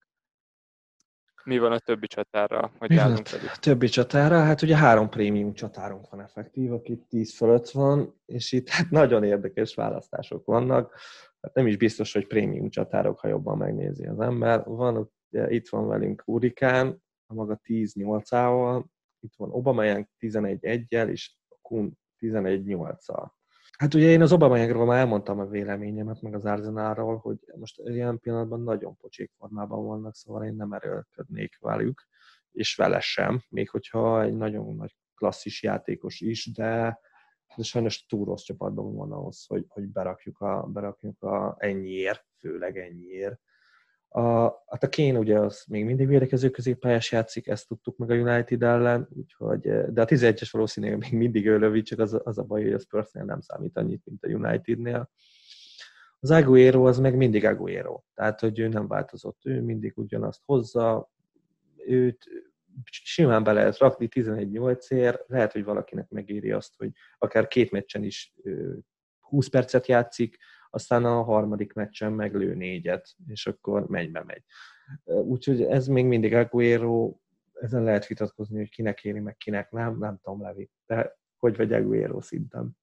Mi van a többi csatárral? Hogy Mi van a többi csatára? Hát ugye három prémium csatárunk van effektív, aki tíz fölött van, és itt hát nagyon érdekes választások vannak. Hát nem is biztos, hogy prémium csatárok, ha jobban megnézi az ember. Van, ugye, itt van velünk Hurrikán, a maga tíz nyolcával, itt van Aubameyang tizenegy egyel, és Kun tizenegy nyolccal. Hát ugye én az Aubameyangról már elmondtam a véleményemet, meg az Arsenalról, hogy most ilyen pillanatban nagyon pocsék formában vannak, szóval én nem erőlködnék velük, és vele sem, még hogyha egy nagyon nagy klasszis játékos is, de, de sajnos túl rossz csapatban van ahhoz, hogy, hogy berakjuk, a, berakjuk a ennyiért, főleg ennyiért. A, hát a Kane ugye az még mindig védekező középpályás játszik, ezt tudtuk meg a United ellen, úgyhogy, de a tizenegyes valószínűleg még mindig ő lövi, csak az, az a baj, hogy a Spursnél nem számít annyit, mint a Unitednél. Az Agüero az meg mindig Agüero, tehát hogy ő nem változott, ő mindig ugyanazt hozza, őt simán be lehet rakni tizenegy nyolcért, lehet, hogy valakinek megéri azt, hogy akár két meccsen is húsz percet játszik, aztán a harmadik meccsen meglő négyet, és akkor mennybe megy. Úgyhogy ez még mindig Agüero, ezen lehet vitatkozni, hogy kinek éri, meg kinek nem, nem tudom, Levi. De hogy vagy Agüero szinten?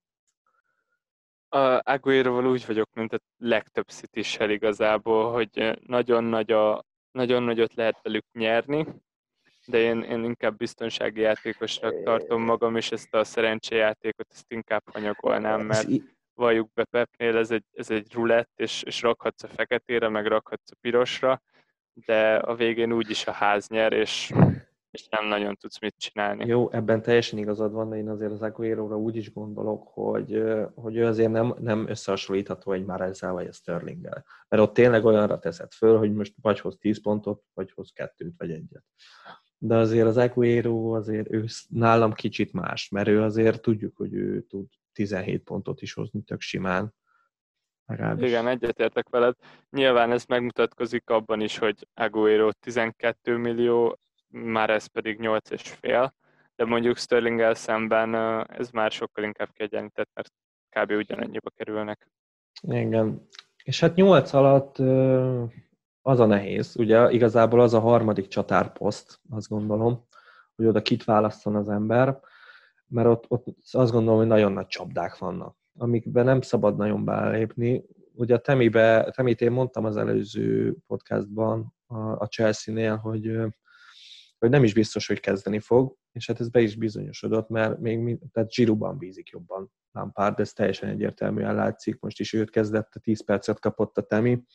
A Agüeroval úgy vagyok, mint a legtöbb City-sel igazából, hogy nagyon, nagy a, nagyon nagyot lehet velük nyerni, de én, én inkább biztonsági játékosnak tartom magam, és ezt a szerencsejátékot ezt inkább hanyagolnám, mert valljuk be Pepnél, ez egy, ez egy rulett, és, és rakhatsz a feketére, meg rakhatsz a pirosra, de a végén úgyis a ház nyer, és, és nem nagyon tudsz mit csinálni. Jó, ebben teljesen igazad van, de én azért az Agüeróra úgy is gondolok, hogy, hogy ő azért nem, nem összehasonlítható egy Mahrezzel vagy a Sterlinggel. Mert ott tényleg olyanra teszed föl, hogy most vagy hoz tíz pontot, vagy hoz kettőt, vagy egyet. De azért az Agüero azért ő nálam kicsit más, mert ő azért tudjuk, hogy ő tud tizenhét pontot is hozni tök simán. Legalábbis. Igen, egyetértek veled. Nyilván ez megmutatkozik abban is, hogy Agüero tizenkét millió, már ez pedig nyolc és fél, de mondjuk Sterlinggel szemben ez már sokkal inkább kiegyenlített, mert kb. Ugyanannyiba kerülnek. Igen. És hát nyolc alatt az a nehéz, ugye igazából az a harmadik csatárposzt, azt gondolom, hogy oda kit válasszon az ember, mert ott, ott azt gondolom, hogy nagyon nagy csapdák vannak, amikben nem szabad nagyon belépni. Ugye a Temibe, Temit én mondtam az előző podcastban a Chelsea-nél, hogy, hogy nem is biztos, hogy kezdeni fog, és hát ez be is bizonyosodott, mert még tehát Giroudban bízik jobban Lampard, ez teljesen egyértelműen látszik, most is őt kezdett, tíz percet kapott a Temi,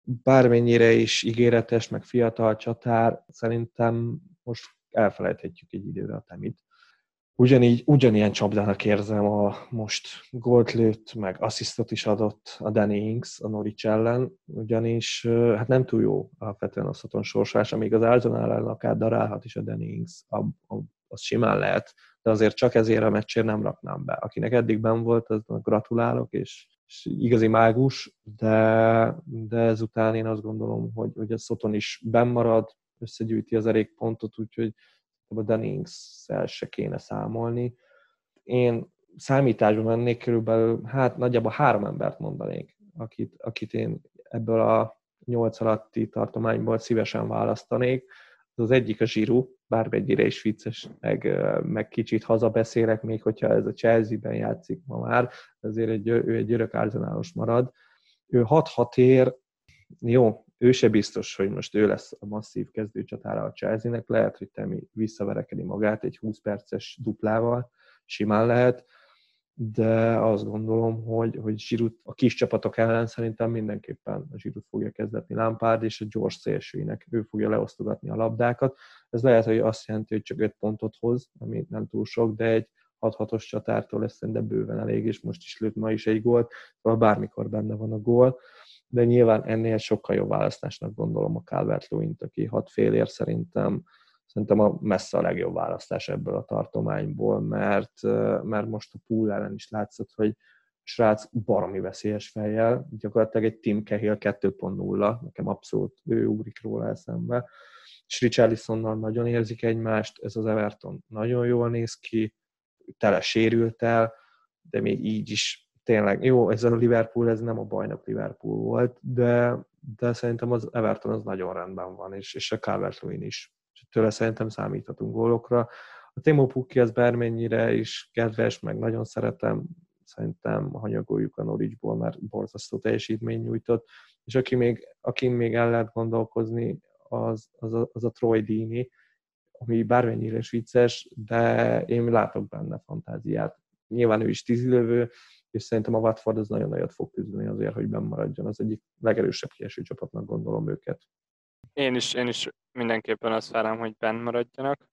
bármennyire is ígéretes, meg fiatal csatár, szerintem most elfelejthetjük egy időre a Temit. Ugyanígy, ugyanilyen csapdának érzem a most gólt lőtt, meg asszisztot is adott a Danny Ings a Norwich ellen, ugyanis hát nem túl jó alapvetően a Soton sorsása, még az Arsenal ellen akár darálhat is a Danny Ings, az simán lehet, de azért csak ezért a meccsért nem raknám be. Akinek eddig benn volt, aznak gratulálok, és, és igazi mágus, de, de ezután én azt gondolom, hogy, hogy a Soton is benn marad, összegyűjti az elég pontot, úgyhogy a Danny Ings-szel se kéne számolni. Én számításban mennék körülbelül, hát nagyjából három embert mondanék, akit, akit én ebből a nyolc alatti tartományból szívesen választanék. Az egyik a Giroud, bármennyire is vicces, meg, meg kicsit hazabeszélek, még hogyha ez a Chelsea-ben játszik ma már, azért egy, ő egy örök Arsenalos marad. Ő hat-hat ér, jó, ő se biztos, hogy most ő lesz a masszív kezdőcsatára a Chelsea-nek, lehet, hogy Temi visszaverekedi magát egy húsz perces duplával, simán lehet, de azt gondolom, hogy, hogy Giroud a kis csapatok ellen szerintem mindenképpen a Giroud fogja kezdetni Lampard, és a gyors szélsőinek ő fogja leosztogatni a labdákat. Ez lehet, hogy azt jelenti, hogy csak öt pontot hoz, ami nem túl sok, de egy hat-hatos csatártól lesz szerintem bőven elég, és most is lőtt ma is egy gólt, szóval bármikor benne van a gól. De nyilván ennél sokkal jobb választásnak gondolom a Calvert-Lewint, aki hat félért szerintem, szerintem a messze a legjobb választás ebből a tartományból, mert, mert most a Pool ellen is látszott, hogy srác baromi veszélyes fejjel, gyakorlatilag egy Tim Cahill kettő pont nulla, nekem abszolút ő ugrik róla eszembe, és Richarlisonnal nagyon érzik egymást, ez az Everton nagyon jól néz ki, tele sérült el, de még így is tényleg, jó, ez a Liverpool, ez nem a bajnok Liverpool volt, de, de szerintem az Everton az nagyon rendben van, és, és a Calvert-Lewin is. És tőle szerintem számíthatunk gólokra. A Timo Pukki az bármennyire is kedves, meg nagyon szeretem, szerintem hanyagoljuk a Norwichból, mert borzasztó teljesítmény nyújtott, és aki még, aki még el lehet gondolkozni, az, az, a, az a Troy Deeney, ami bármennyire is vicces, de én látok benne fantáziát. Nyilván ő is tízilövő, és szerintem a Watford az nagyon nagyot fog küzdeni azért, hogy benn maradjon. Az egyik legerősebb kieső csapatnak gondolom őket. Én is, én is mindenképpen azt várom, hogy benn maradjanak.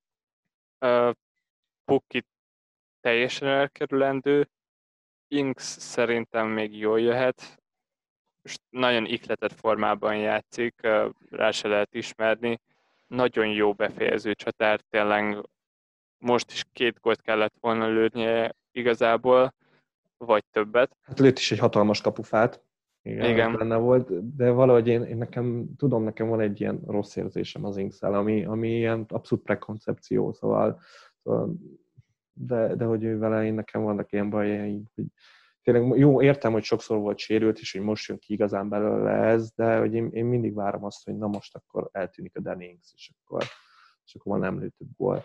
Uh, Pukki teljesen elkerülendő, Ings szerintem még jól jöhet, most nagyon ihletett formában játszik, uh, rá se lehet ismerni. Nagyon jó befejező csatár, tényleg most is két gólt kellett volna lőnie igazából, vagy többet. Hát lőtt is egy hatalmas kapufát, igen, Igen. benne volt, de valahogy én, én nekem, tudom, nekem van egy ilyen rossz érzésem az Ings-el, ami, ami ilyen abszolút prekoncepció, szóval, szóval de, de hogy ő vele, én nekem vannak ilyen bajaim, hogy tényleg jó, értem, hogy sokszor volt sérült, és hogy most jön ki igazán belőle ez, de hogy én, én mindig várom azt, hogy na most akkor eltűnik a Danny Ings, és akkor, és akkor van nem lőtt több gól.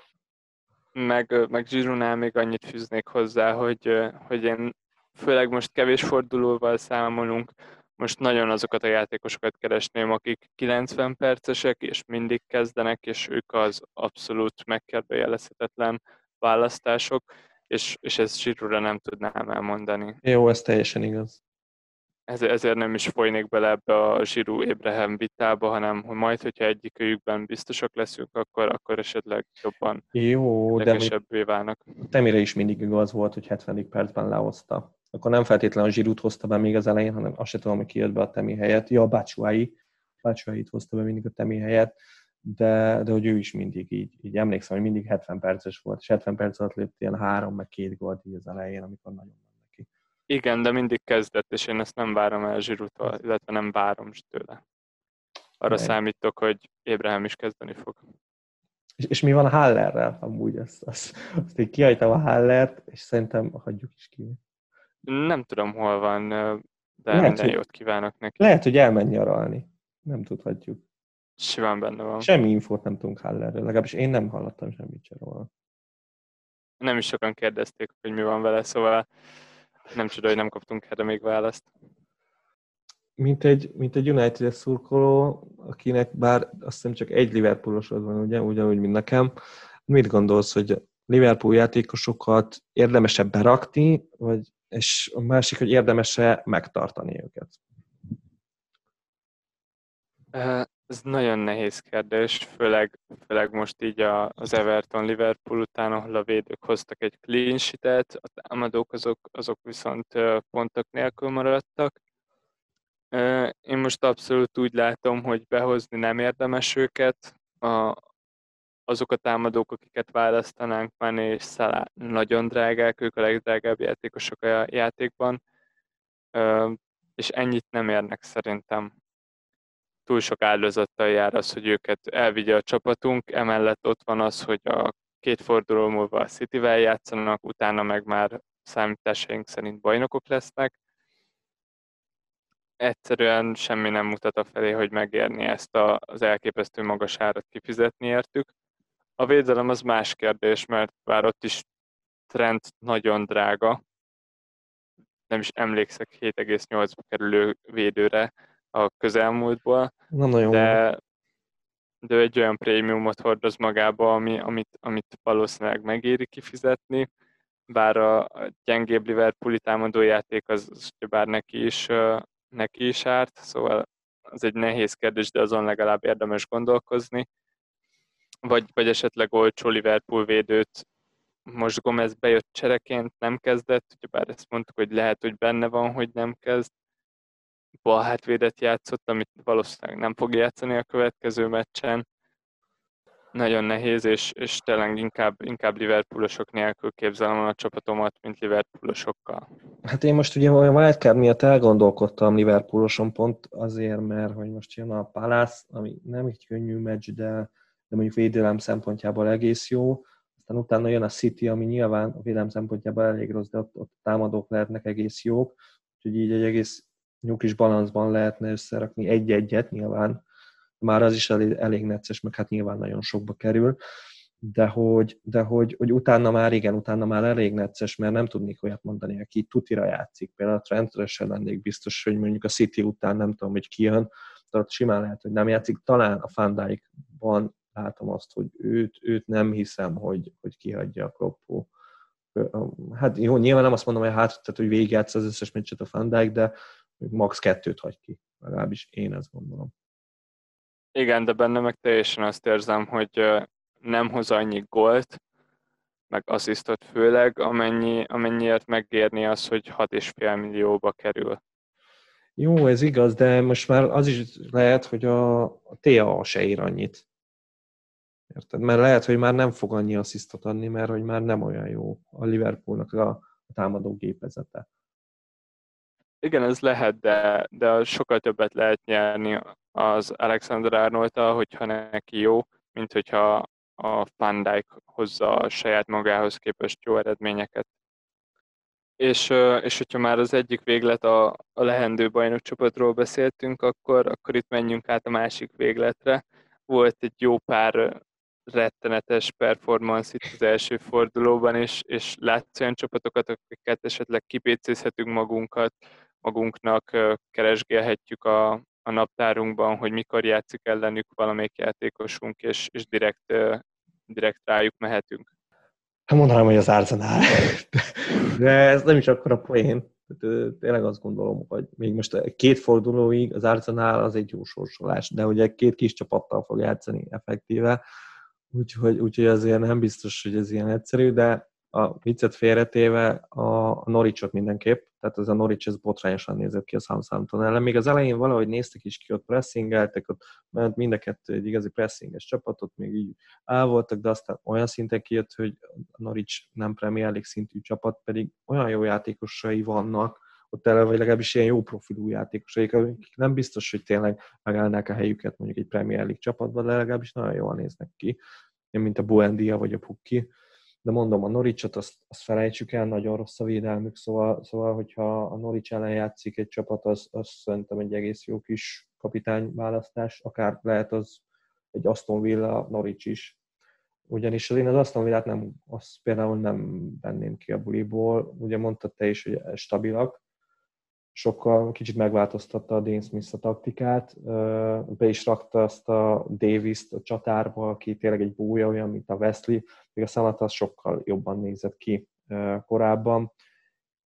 Meg, meg Giroudnál még annyit fűznék hozzá, hogy, hogy én főleg most kevés fordulóval számolunk, most nagyon azokat a játékosokat keresném, akik kilencven percesek, és mindig kezdenek, és ők az abszolút megkérdőjelezhetetlen választások, és, és ezt Giroudra nem tudnám elmondani. Jó, ez teljesen igaz. Ezért nem is folynék bele ebbe a Giroud-Abraham vitába, hanem hogy majd, hogyha egyikőjükben biztosak leszünk, akkor, akkor esetleg jobban Jó, érdekesebbé válnak. Temire is mindig igaz volt, hogy hetvenedik percben lehozta. Akkor nem feltétlenül a Giroud hozta be még az elején, hanem azt sem tudom, hogy ki jött be a Temi helyett. Ja, a Batshuayi. Batshuayit hozta be mindig a Temi helyett, de, de hogy ő is mindig így, így emlékszem, hogy mindig hetven perces volt, és hetven perc alatt lőtt ilyen három, meg két gólt így az elején, amikor nagyon van neki. Igen, de mindig kezdett, és én ezt nem várom el Giroudtól, illetve nem várom tőle. Arra Meg. számítok, hogy Abraham is kezdeni fog. És, és mi van a Hallerrel amúgy? Azt, azt, azt én kihagytam a Hallert, és szerintem hagyjuk is ki. Nem tudom, hol van, de lehet, minden hogy, jót kívánok neki. Lehet, hogy elmegy nyaralni. Nem tudhatjuk. Simán benne van. Semmi infót nem tudunk Hallerről, legalábbis én nem hallottam semmit sem róla. Nem is sokan kérdezték, hogy mi van vele, szóval nem csoda, hogy nem kaptunk erre még választ. Mint egy, mint egy United-es szurkoló, akinek bár azt hiszem csak egy Liverpoolosod van, ugye, ugyanúgy, mint nekem. Mit gondolsz, hogy Liverpool játékosokat érdemesebb berakni, vagy, és a másik, hogy érdemese megtartani őket? Ez nagyon nehéz kérdés, főleg, főleg most így a, az Everton-Liverpool után, ahol a védők hoztak egy clean sheet-et, a támadók azok, azok viszont pontok nélkül maradtak. Én most abszolút úgy látom, hogy behozni nem érdemes őket. A, azok a támadók, akiket választanánk, Mané és Salah, nagyon drágák, ők a legdrágább játékosok a játékban, és ennyit nem érnek szerintem. Túl sok áldozattal jár az, hogy őket elvigye a csapatunk, emellett ott van az, hogy a két forduló múlva a Cityvel játszanak, utána meg már számításaink szerint bajnokok lesznek. Egyszerűen semmi nem mutat afelé, hogy megérni ezt a, az elképesztő magas árat kifizetni értük. A védelem az más kérdés, mert bár ott is Trent nagyon drága, nem is emlékszek hét egész nyolcba kerülő védőre a közelmúltból, Nem nagyon van. de, de egy olyan prémiumot hordoz magába, ami, amit, amit valószínűleg megéri kifizetni, bár a gyengébb Liverpooli támadójáték az, az bár neki is, neki is árt, szóval az egy nehéz kérdés, de azon legalább érdemes gondolkozni. Vagy, vagy esetleg olcsó Liverpool védőt, most Gomez bejött csereként, nem kezdett, ugyebár ezt mondtuk, hogy lehet, hogy benne van, hogy nem kezd. Balhátvédet játszott, amit valószínűleg nem fog játszani a következő meccsen. Nagyon nehéz, és, és tényleg inkább, inkább Liverpoolosok nélkül képzelem a csapatomat, mint Liverpoolosokkal. Hát én most ugye a wildcard miatt elgondolkodtam Liverpooloson pont azért, mert hogy most jön a Palace, ami nem egy könnyű meccs, de, de mondjuk védelem szempontjából egész jó. Aztán utána jön a City, ami nyilván a védelem szempontjából elég rossz, de ott, ott támadók lehetnek egész jók. Úgyhogy így egy egész jó kis balanszban lehetne összerakni egy-egyet, nyilván már az is elég, elég necces, meg hát nyilván nagyon sokba kerül. De, hogy, de hogy, hogy utána már igen, utána már elég necces, mert nem tudnék olyat mondani, aki tutira játszik. Például a Trentre sem lennék biztos, hogy mondjuk a City után nem tudom, hogy ki jön, tehát simán lehet, hogy nem játszik. Talán a Van Dijkban látom azt, hogy őt, őt nem hiszem, hogy, hogy kihagyja a Kloppó. Hát jó, nyilván nem azt mondom, hogy hát, tehát, hogy végigjátsza az összes meccset a Van Dijk, de max. kettőt hagy ki. Legalábbis én ezt gondolom. Igen, de benne meg teljesen azt érzem, hogy nem hoz annyi gólt, meg asszisztot főleg, amennyi, amennyiért megérni az, hogy hat és fél millióba kerül. Jó, ez igaz, de most már az is lehet, hogy a, a té á á se ér annyit. Érted? Mert lehet, hogy már nem fog annyi asszisztot adni, mert hogy már nem olyan jó a Liverpoolnak a, a támadó gépezete. Igen, ez lehet, de, de sokkal többet lehet nyerni az Alexander-Arnoldtal, hogyha neki jó, mint hogyha a Van Dijk hozza a saját magához képest jó eredményeket. És, és hogyha már az egyik véglet a, a lehendő bajnokcsapatról beszéltünk, akkor, akkor itt menjünk át a másik végletre. Volt egy jó pár rettenetes performance itt az első fordulóban, és, és látsz olyan csapatokat, akiket esetleg kipécézhetünk magunkat, magunknak, keresgélhetjük a, a naptárunkban, hogy mikor játszik ellenük valamelyik játékosunk, és, és direkt, direkt rájuk mehetünk. Hát mondanám, hogy az Arsenal. De ez nem is akkora poén. Tényleg azt gondolom, hogy még most két fordulóig az Arsenal az egy jó sorsolás, de ugye két kis csapattal fog játszani effektíve, úgyhogy, úgyhogy azért nem biztos, hogy ez ilyen egyszerű, de a viccet félretéve a Norwichot mindenképp, tehát ez a Norwich ez botrányosan nézett ki a Southampton ellen. Még az elején valahogy néztek is ki, ott pressingeltek, ott mert mind a kettő egy igazi pressinges csapatot, még így el voltak, de aztán olyan szinten kijött, hogy a Norwich nem Premier League szintű csapat, pedig olyan jó játékosai vannak, ott eleve, vagy legalábbis ilyen jó profilú játékosai, akik nem biztos, hogy tényleg megállnák a helyüket mondjuk egy Premier League csapatban, de legalábbis nagyon jól néznek ki, mint a Buendia vagy a Pukki. De mondom, a Norwichot azt, azt felejtsük el, nagyon rossz a védelmük, szóval, szóval hogyha a Norwich ellen játszik egy csapat, az, az szerintem egy egész jó kis kapitányválasztás, akár lehet az egy Aston Villa, Norwich is. Ugyanis én az Aston Villát nem, azt például nem venném ki a buliból, ugye mondtad te is, hogy stabilak, sokkal kicsit megváltoztatta a Dean Smith a taktikát, be is rakta azt a Davis-t a csatárba, aki tényleg egy búja, olyan, mint a Wesley, még a Samat az sokkal jobban nézett ki korábban.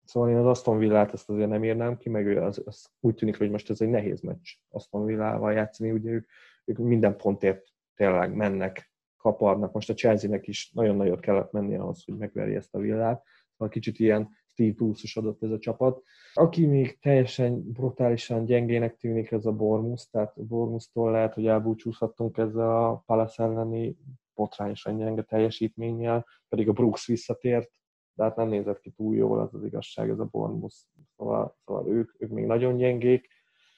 Szóval én az Aston Villát ezt azért nem írnám ki, meg az, az úgy tűnik, hogy most ez egy nehéz meccs Aston Villával játszani, ugye ők, ők minden pontért tényleg mennek, kaparnak. Most a Chelsea-nek is nagyon nagyot kellett menni ahhoz, hogy megverje ezt a Villát. Szóval kicsit ilyen Steve Bruce-osodott ez a csapat. Aki még teljesen brutálisan gyengének tűnik, ez a Bournemouth, tehát Bournemouth-tól lehet, hogy elbúcsúzhattunk ezzel a Palace elleni botrányosan gyenge teljesítménnyel, pedig a Brooks visszatért, de hát nem nézett ki túl jól, az az igazság, ez a Bournemouth. Szóval, szóval ők, ők még nagyon gyengék,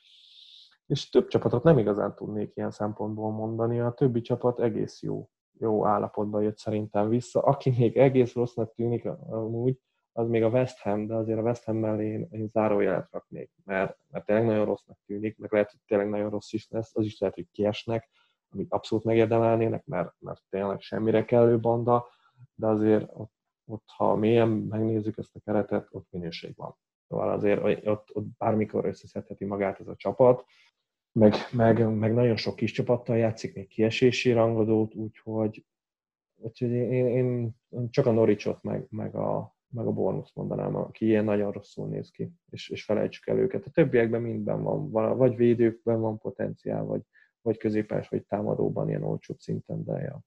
és több csapatot nem igazán tudnék ilyen szempontból mondani, a többi csapat egész jó, jó állapotban jött szerintem vissza. Aki még egész rossznak tűnik amúgy, az még a West Ham, de azért a West Ham mellé én, én zárójelet raknék, mert, mert tényleg nagyon rossznak tűnik, meg lehet, hogy tényleg nagyon rossz is lesz, az is lehet, hogy kiesnek, amit abszolút megérdemelnének, mert, mert tényleg semmire kellő banda, de azért ott, ott, ha mélyen megnézzük ezt a keretet, ott minőség van. Szóval azért ott, ott bármikor összeszedheti magát ez a csapat, meg, meg, meg nagyon sok kis csapattal játszik, még kiesési rangadót, úgyhogy, úgyhogy én, én csak a Norwichot meg, meg a, meg a Bournemouth mondanám, aki ilyen nagyon rosszul néz ki, és, és felejtsük el őket. A többiekben mindben van, vagy védőkben van potenciál, vagy, vagy középes, vagy támadóban ilyen olcsóbb szinten, de ja.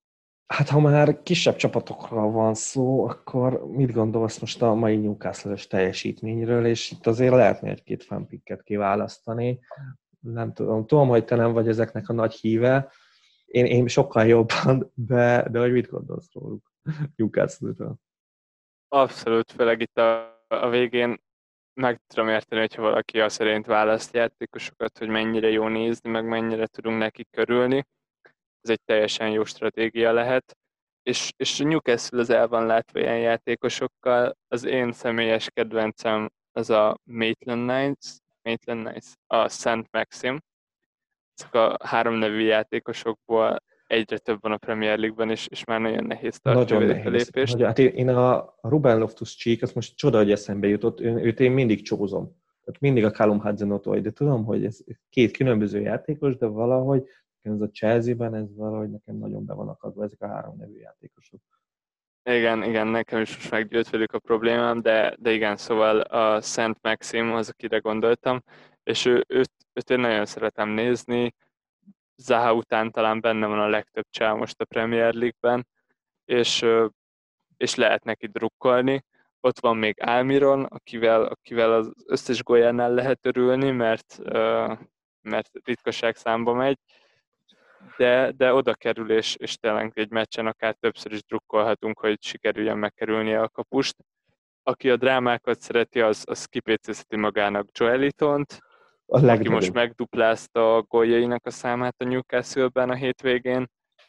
Hát ha már kisebb csapatokról van szó, akkor mit gondolsz most a mai Newcastle-es teljesítményről, és itt azért lehetne egy-két fanpicket kiválasztani. Nem tudom, tudom, hogy te nem vagy ezeknek a nagy híve, én, én sokkal jobban, de, de hogy mit gondolsz róluk Newcastle-től? Abszolút, főleg itt a, a végén meg tudom érteni, hogyha valaki azt szerint választ játékosokat, hogy mennyire jó nézni, meg mennyire tudunk nekik körülni. Ez egy teljesen jó stratégia lehet. És, és Newcastle az el van látva ilyen játékosokkal. Az én személyes kedvencem az a Maitland Niles, Maitland Niles, a Saint Maxim. Ezek a három nevű játékosokból egyre több van a Premier League-ben, és, és már nagyon nehéz tartani Nagyon velük a nehéz. lépést. Nagyon, hát én a Ruben Loftus-Cheek, azt most csoda, hogy eszembe jutott, őt én mindig csózom. Tehát mindig a Callum Hudson-Odoi, de tudom, hogy ez két különböző játékos, de valahogy ez a Chelsea-ben, ez valahogy nekem nagyon be van akadva, ezek a három nevű játékosok. Igen, igen, nekem is most meggyőtt velük a problémám, de, de igen, szóval a Saint Maxim az, akire gondoltam, és ő, őt, őt én nagyon szeretem nézni. Zaha után talán benne van a legtöbb csá most a Premier League-ben, és, és lehet neki drukkolni. Ott van még Almiron, akivel, akivel az összes góljánál lehet örülni, mert, mert ritkaság számba megy, de, de oda kerül, és, és tényleg egy meccsen akár többször is drukkolhatunk, hogy sikerüljön megkerülnie a kapust. Aki a drámákat szereti, az, az kipécézheti magának Joelitont, aki most megduplázta a góljainak a számát a Newcastle-ben a hétvégén.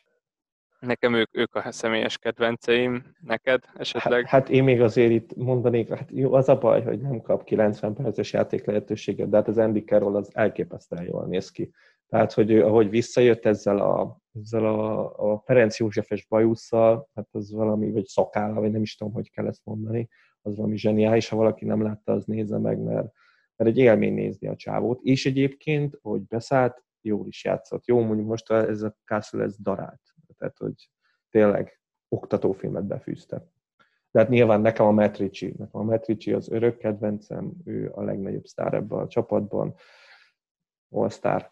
Nekem ők, ők a személyes kedvenceim, neked esetleg? Hát, hát én még azért itt mondanék, hát jó, az a baj, hogy nem kap kilencven perces játék lehetőséget, de hát az Andy Carroll az elképesztően jól néz ki. Tehát, hogy ő, ahogy visszajött ezzel a, ezzel a, a Ferenc Józsefes bajusszal, hát az valami, vagy szakállal, vagy nem is tudom, hogy kell ezt mondani, az valami zseniális, ha valaki nem látta, az nézze meg, mert, mert egy élmény nézni a csávót. És egyébként, ahogy beszállt, jól is játszott. Jó, mondjuk most ez a Castle, ez darált. Tehát, hogy tényleg oktatófilmet befűzte. De hát nyilván nekem a Matt Ritchie, nekem a Matt Ritchie az örök kedvencem, ő a legnagyobb sztár ebben a csapatban, all-star.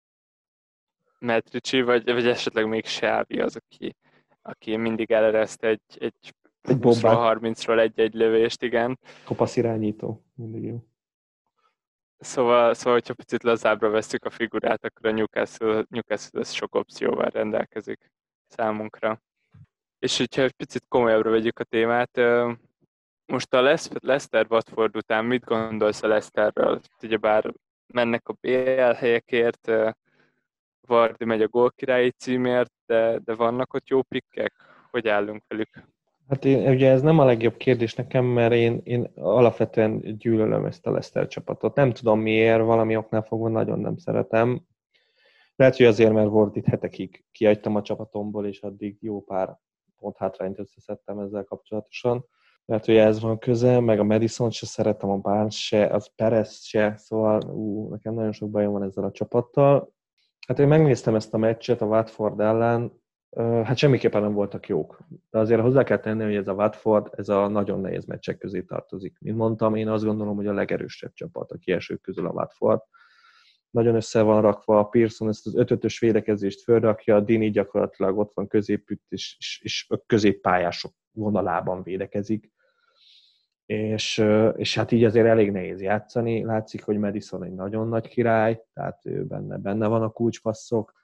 Matt Ritchie, vagy, vagy esetleg még Shelby az, aki, aki mindig elereszt egy, egy, egy húszról harmincról egy-egy lövést, igen. Kopasz irányító, mindig jó. Szóval, szóval, hogyha picit lazábbra veszük a figurát, akkor a Newcastle, Newcastle sok opcióval rendelkezik számunkra. És hogyha egy picit komolyabbra vegyük a témát, most a Leicester-Watford után mit gondolsz a Leicesterről? Ugyebár mennek a bé el helyekért, Vardy megy a gólkirályi címért, de, de vannak ott jó pikkek? Hogy állunk velük? Hát én, ugye ez nem a legjobb kérdés nekem, mert én, én alapvetően gyűlölöm ezt a Leicester csapatot. Nem tudom miért, valami oknál fogva nagyon nem szeretem. Lehet, hogy azért, mert Wardit hetekig kihagytam a csapatomból, és addig jó pár pont hátrányt összeszedtem ezzel kapcsolatosan. Lehet, hogy ez van köze, meg a Madison se szeretem, a Barnes se, az Perez se, szóval ú, nekem nagyon sok bajom van ezzel a csapattal. Hát én megnéztem ezt a meccset a Watford ellen, Hát semmiképpen nem voltak jók. De azért hozzá kell tenni, hogy ez a Watford, ez a nagyon nehéz meccsek közé tartozik. Mint mondtam, én azt gondolom, hogy a legerősebb csapat a kiesők közül a Watford. Nagyon össze van rakva, a Pearson ezt az ötötös védekezést fölrakja, a Dini gyakorlatilag ott van középütt, és, és, és a középpályások vonalában védekezik. És, és hát így azért elég nehéz játszani. Látszik, hogy Madison egy nagyon nagy király, tehát ő benne, benne van a kulcspasszok,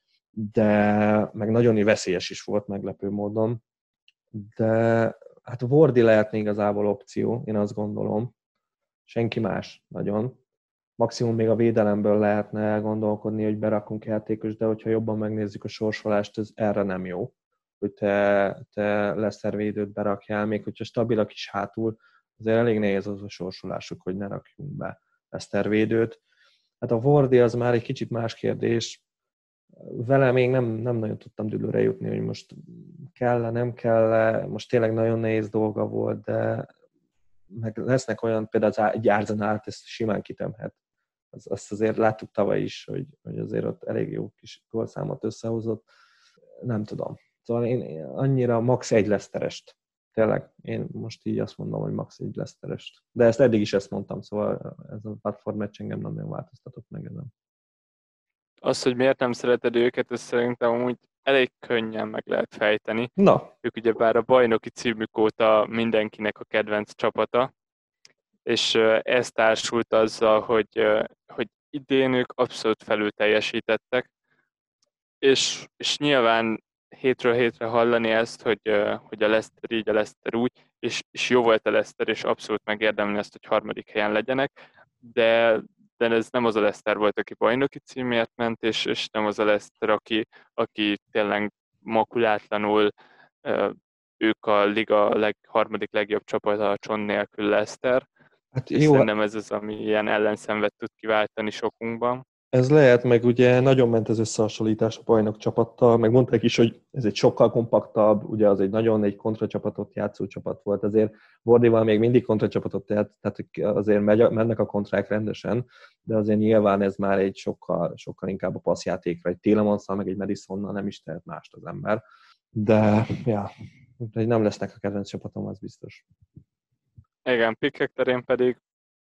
de meg nagyon veszélyes is volt meglepő módon. De hát Wardy lehetne igazából opció, én azt gondolom. Senki más nagyon. Maximum még a védelemből lehetne elgondolkodni, hogy berakunk játékos, de hogyha jobban megnézzük a sorsolást, ez erre nem jó, hogy te, te Leicester védőt berakjál, még hogyha stabilak is hátul, azért elég nehéz az a sorsolásuk, hogy ne rakjunk be Leicester védőt. Hát a Wardy az már egy kicsit más kérdés. Vele még nem, nem nagyon tudtam dűlőre jutni, hogy most kell-e, nem kell-e, most tényleg nagyon nehéz dolga volt, de meg lesznek olyan, például egy Arsenalt ezt simán kitemhet. Az, azt azért láttuk tavaly is, hogy, hogy azért ott elég jó kis gólszámot összehozott. Nem tudom. Szóval én annyira max egy Leicesterest. Tényleg, én most így azt mondom, hogy max egy Leicesterest. De ezt eddig is ezt mondtam, szóval ez a Watford meccs engem nem nagyon változtatott meg ezen. Az, hogy miért nem szereted őket, ez szerintem amúgy elég könnyen meg lehet fejteni. Na. Ők ugyebár a bajnoki címük óta mindenkinek a kedvenc csapata, és ez társult azzal, hogy, hogy idén ők abszolút felül teljesítettek, és, és nyilván hétről hétre hallani ezt, hogy, hogy a Leicester így, a Leicester úgy, és, és jó volt a Leicester, és abszolút megérdemli ezt, hogy harmadik helyen legyenek, de, de ez nem az a Leicester volt, aki bajnoki címért ment, és, és nem az a Leicester, aki, aki tényleg makulátlanul, ők a liga leg, harmadik legjobb csapata a John nélkül Leicester, hát és jó, szerintem ez az, ami ilyen ellenszenvet tud kiváltani sokunkban. Ez lehet, meg ugye nagyon ment az összehasonlítás a bajnok csapattal, meg mondták is, hogy ez egy sokkal kompaktabb, ugye az egy nagyon egy kontracsapatot játszó csapat volt, azért Wardyval még mindig kontracsapatot játsz, tehát azért megy, mennek a kontrák rendesen, de azért nyilván ez már egy sokkal, sokkal inkább a passzjátékra, egy Tielemannsszal, meg egy Madisonnal nem is tehet mást az ember. De, ja, nem lesznek a kedvenc csapatom, az biztos. Igen, pikkek terén pedig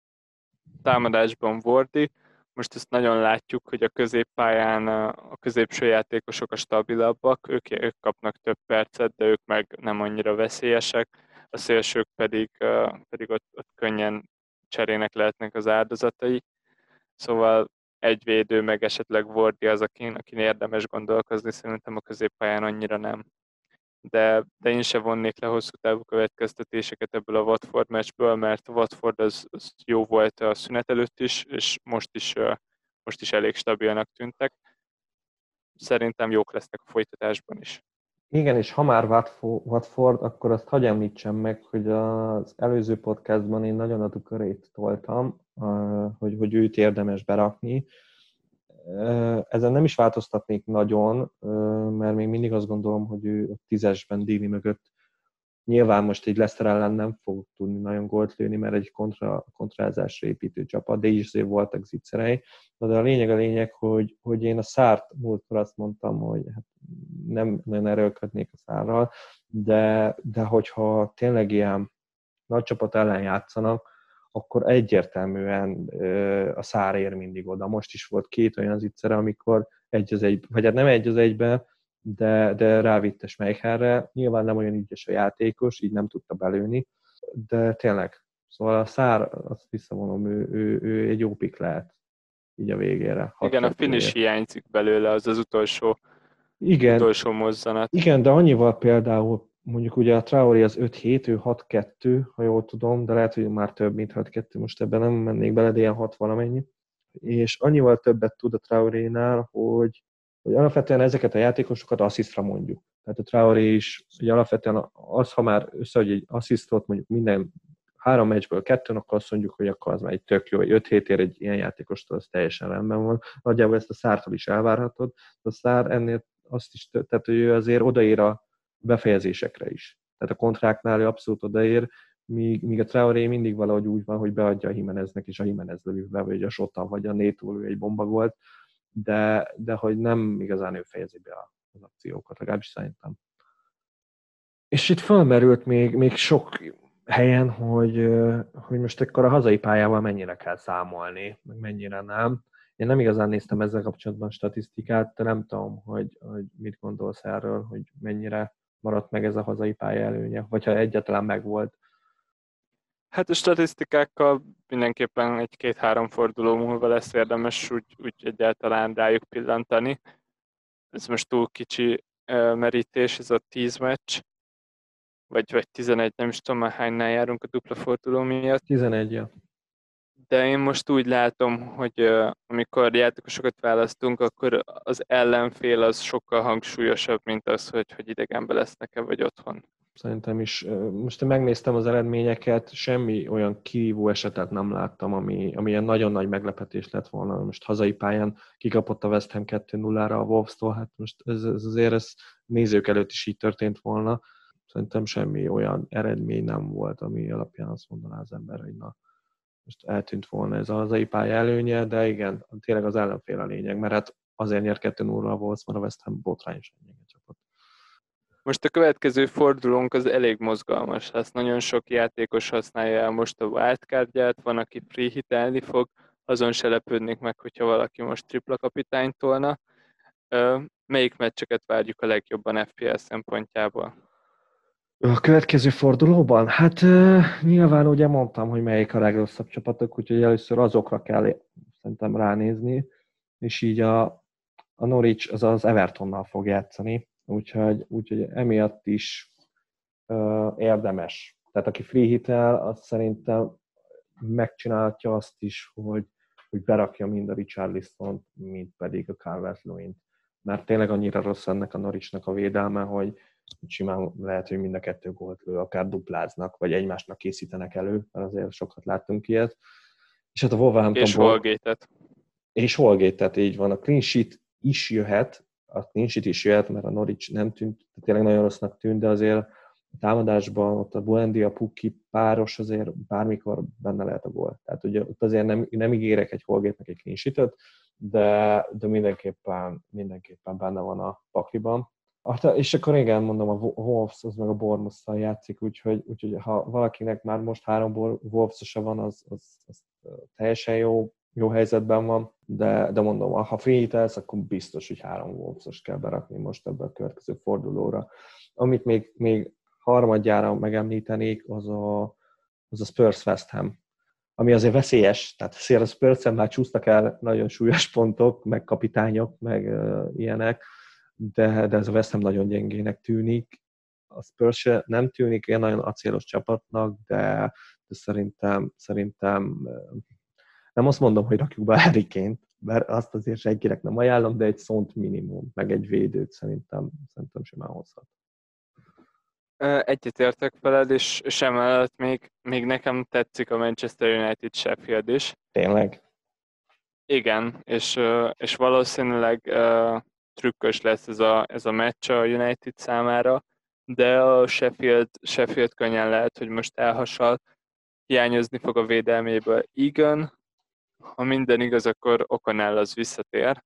támadásban Wardy. Most ezt nagyon látjuk, hogy a középpályán a középső játékosok a stabilabbak, ők, ők kapnak több percet, de ők meg nem annyira veszélyesek, a szélsők pedig, pedig ott, ott könnyen cserének lehetnek az áldozatai. Szóval egy védő, meg esetleg Wardy az, akin, akin érdemes gondolkozni, szerintem a középpályán annyira nem. De, de én se vonnék le hosszú távú következtetéseket ebből a Watford meccsből, mert a Watford az, az jó volt a szünet előtt is, és most is, most is elég stabilnak tűntek. Szerintem jók lesznek a folytatásban is. Igen, és ha már Watford, akkor azt hagyj említsem meg, hogy az előző podcastban én nagyon a Dukarét toltam, hogy, hogy őt érdemes berakni. Ezen nem is változtatnék nagyon, mert még mindig azt gondolom, hogy ő a tízesben Dini mögött nyilván most egy Leicester ellen nem fog tudni nagyon gólt lőni, mert egy kontra, kontrázásra építő csapat, de így is azért voltak zicserei. De a lényeg a lényeg, hogy, hogy én a Szárt múltkor azt mondtam, hogy hát nem nagyon erőlködnék a Szárral, de, de hogyha tényleg ilyen nagy csapat ellen játszanak, akkor egyértelműen a Szár ér mindig oda. Most is volt két olyan zicsere, amikor egy az egy, vagy hát nem egy az egyben, de, de rávitte Schmeichelre. Nyilván nem olyan ügyes a játékos, így nem tudta belőni, de tényleg. Szóval a Szár, azt visszavonom, ő, ő, ő egy jó pick lehet így a végére. Igen, a finish hiányzik belőle, az az utolsó, igen, utolsó mozzanat. Igen, de annyival például, mondjuk ugye a Traoré az öt hét, ő hat kettő, ha jól tudom, de lehet, hogy már több, mint hat kettő, most ebben nem mennék bele, de ilyen hat valamennyi. És annyival többet tud a Traorénál, hogy, hogy alapvetően ezeket a játékosokat asszisztra mondjuk. Tehát a Traoré is, hogy alapvetően az, ha már összeadja egy asszisztot, mondjuk minden három meccsből kettőn, akkor azt mondjuk, hogy akkor az már egy tök jó, hogy öt hétért egy ilyen játékostól az teljesen rendben van. Nagyjából ezt a Szártól is elvárhatod, de a Szár ennél azt is, tehát hogy ő azért odaér a befejezésekre is. Tehát a kontráknál ő abszolút odaér, míg, míg a Traoré mindig valahogy úgy van, hogy beadja a Jimeneznek, és a Jimenez lövi be, vagy a Sota, vagy a Nétól ő egy bomba volt, de, de hogy nem igazán ő fejezi be a, az akciókat, legalábbis szerintem. És itt felmerült még, még sok helyen, hogy, hogy most akkor a hazai pályával mennyire kell számolni, meg mennyire nem. Én nem igazán néztem ezzel kapcsolatban statisztikát, de nem tudom, hogy, hogy mit gondolsz erről, hogy mennyire maradt meg ez a hazai pálya előnye, vagy ha egyáltalán megvolt. Hát a statisztikákkal mindenképpen egy-két-három forduló múlva lesz érdemes úgy, úgy egyáltalán rájuk pillantani. Ez most túl kicsi uh, merítés, ez a tíz meccs, vagy, vagy tizenegy, nem is tudom már hánynál járunk a dupla forduló miatt. tizenegy, ja. De én most úgy látom, hogy uh, amikor játékosokat választunk, akkor az ellenfél az sokkal hangsúlyosabb, mint az, hogy, hogy idegenben lesznek-e, vagy otthon. Szerintem is. Most én megnéztem az eredményeket, semmi olyan kihívó esetet nem láttam, ami, ami ilyen nagyon nagy meglepetés lett volna. Most hazai pályán kikapott a West Ham kettő nullára a Wolves-tól, hát most ez, ez azért ez nézők előtt is így történt volna. Szerintem semmi olyan eredmény nem volt, ami alapján azt mondaná az ember, hogy na, most eltűnt volna ez a hazai pálya előnye, de igen, tényleg az ellenfél a lényeg, mert hát azért nyert kettő nulla a Wolves, mert a West Ham botrányosan gyenge csapat. Most a következő fordulónk az elég mozgalmas lesz. Nagyon sok játékos használja el most a wildcardját, van, aki free hitelni fog, azon se lepődnék meg, hogyha valaki most tripla kapitányt tolna. Melyik meccseket várjuk a legjobban ef pé el szempontjából? A következő fordulóban? Hát uh, nyilván ugye mondtam, hogy melyik a legrosszabb csapatok, úgyhogy először azokra kell szerintem ránézni, és így a, a Norwich az az Evertonnal fog játszani, úgyhogy, úgyhogy emiatt is uh, érdemes. Tehát aki free hitel, az szerintem megcsinálhatja azt is, hogy, hogy berakja mind a Richarlisont, mind pedig a Calvert-Lewint. Mert tényleg annyira rossz ennek a Norwichnak a védelme, hogy simán lehet, hogy mind a kettő gólt lő, akár dupláznak, vagy egymásnak készítenek elő, mert azért sokat láttunk ilyet. És hát a Wolverhamptonból... És Holgate-et. És Holgate-et, így van. A clean sheet is jöhet, a clean sheet is jöhet, mert a Norwich nem tűnt, tényleg nagyon rossznak tűnt, de azért a támadásban ott a Buendia Pukki páros azért bármikor benne lehet a gól. Tehát ugye ott azért nem, nem ígérek egy Holgate-nek egy clean sheetet, de, de mindenképpen, mindenképpen benne van a pakliban. És akkor igen, mondom, a Wolves az meg a Bournemouth-szal játszik, úgyhogy, úgyhogy ha valakinek már most három Wolves-osa van, az, az, az teljesen jó, jó helyzetben van, de, de mondom, ha free hitelsz, akkor biztos, hogy három Wolves-os kell berakni most ebbe a következő fordulóra. Amit még, még harmadjára megemlítenék, az a, az a Spurs West Ham, ami azért veszélyes, tehát azért a Spurs-en már csúsztak el nagyon súlyos pontok, meg kapitányok, meg uh, ilyenek, de, de ez a West Ham nagyon gyengének tűnik. A Spurs nem tűnik ilyen nagyon acélos csapatnak, de, de szerintem, szerintem nem azt mondom, hogy rakjuk be Harry Kane-t, mert azt azért senkinek nem ajánlom, de egy Sont minimum, meg egy védőt szerintem, szerintem sem elhozhat. Egyetértek veled, és, és emellett még, még nekem tetszik a Manchester United Sheffield is. Tényleg? Igen, és, és valószínűleg uh, trükkös lesz ez a, ez a meccs a United számára, de a Sheffield, Sheffield könnyen lehet, hogy most elhasal, hiányozni fog a védelméből. Igen, ha minden igaz, akkor O'Connell az visszatér,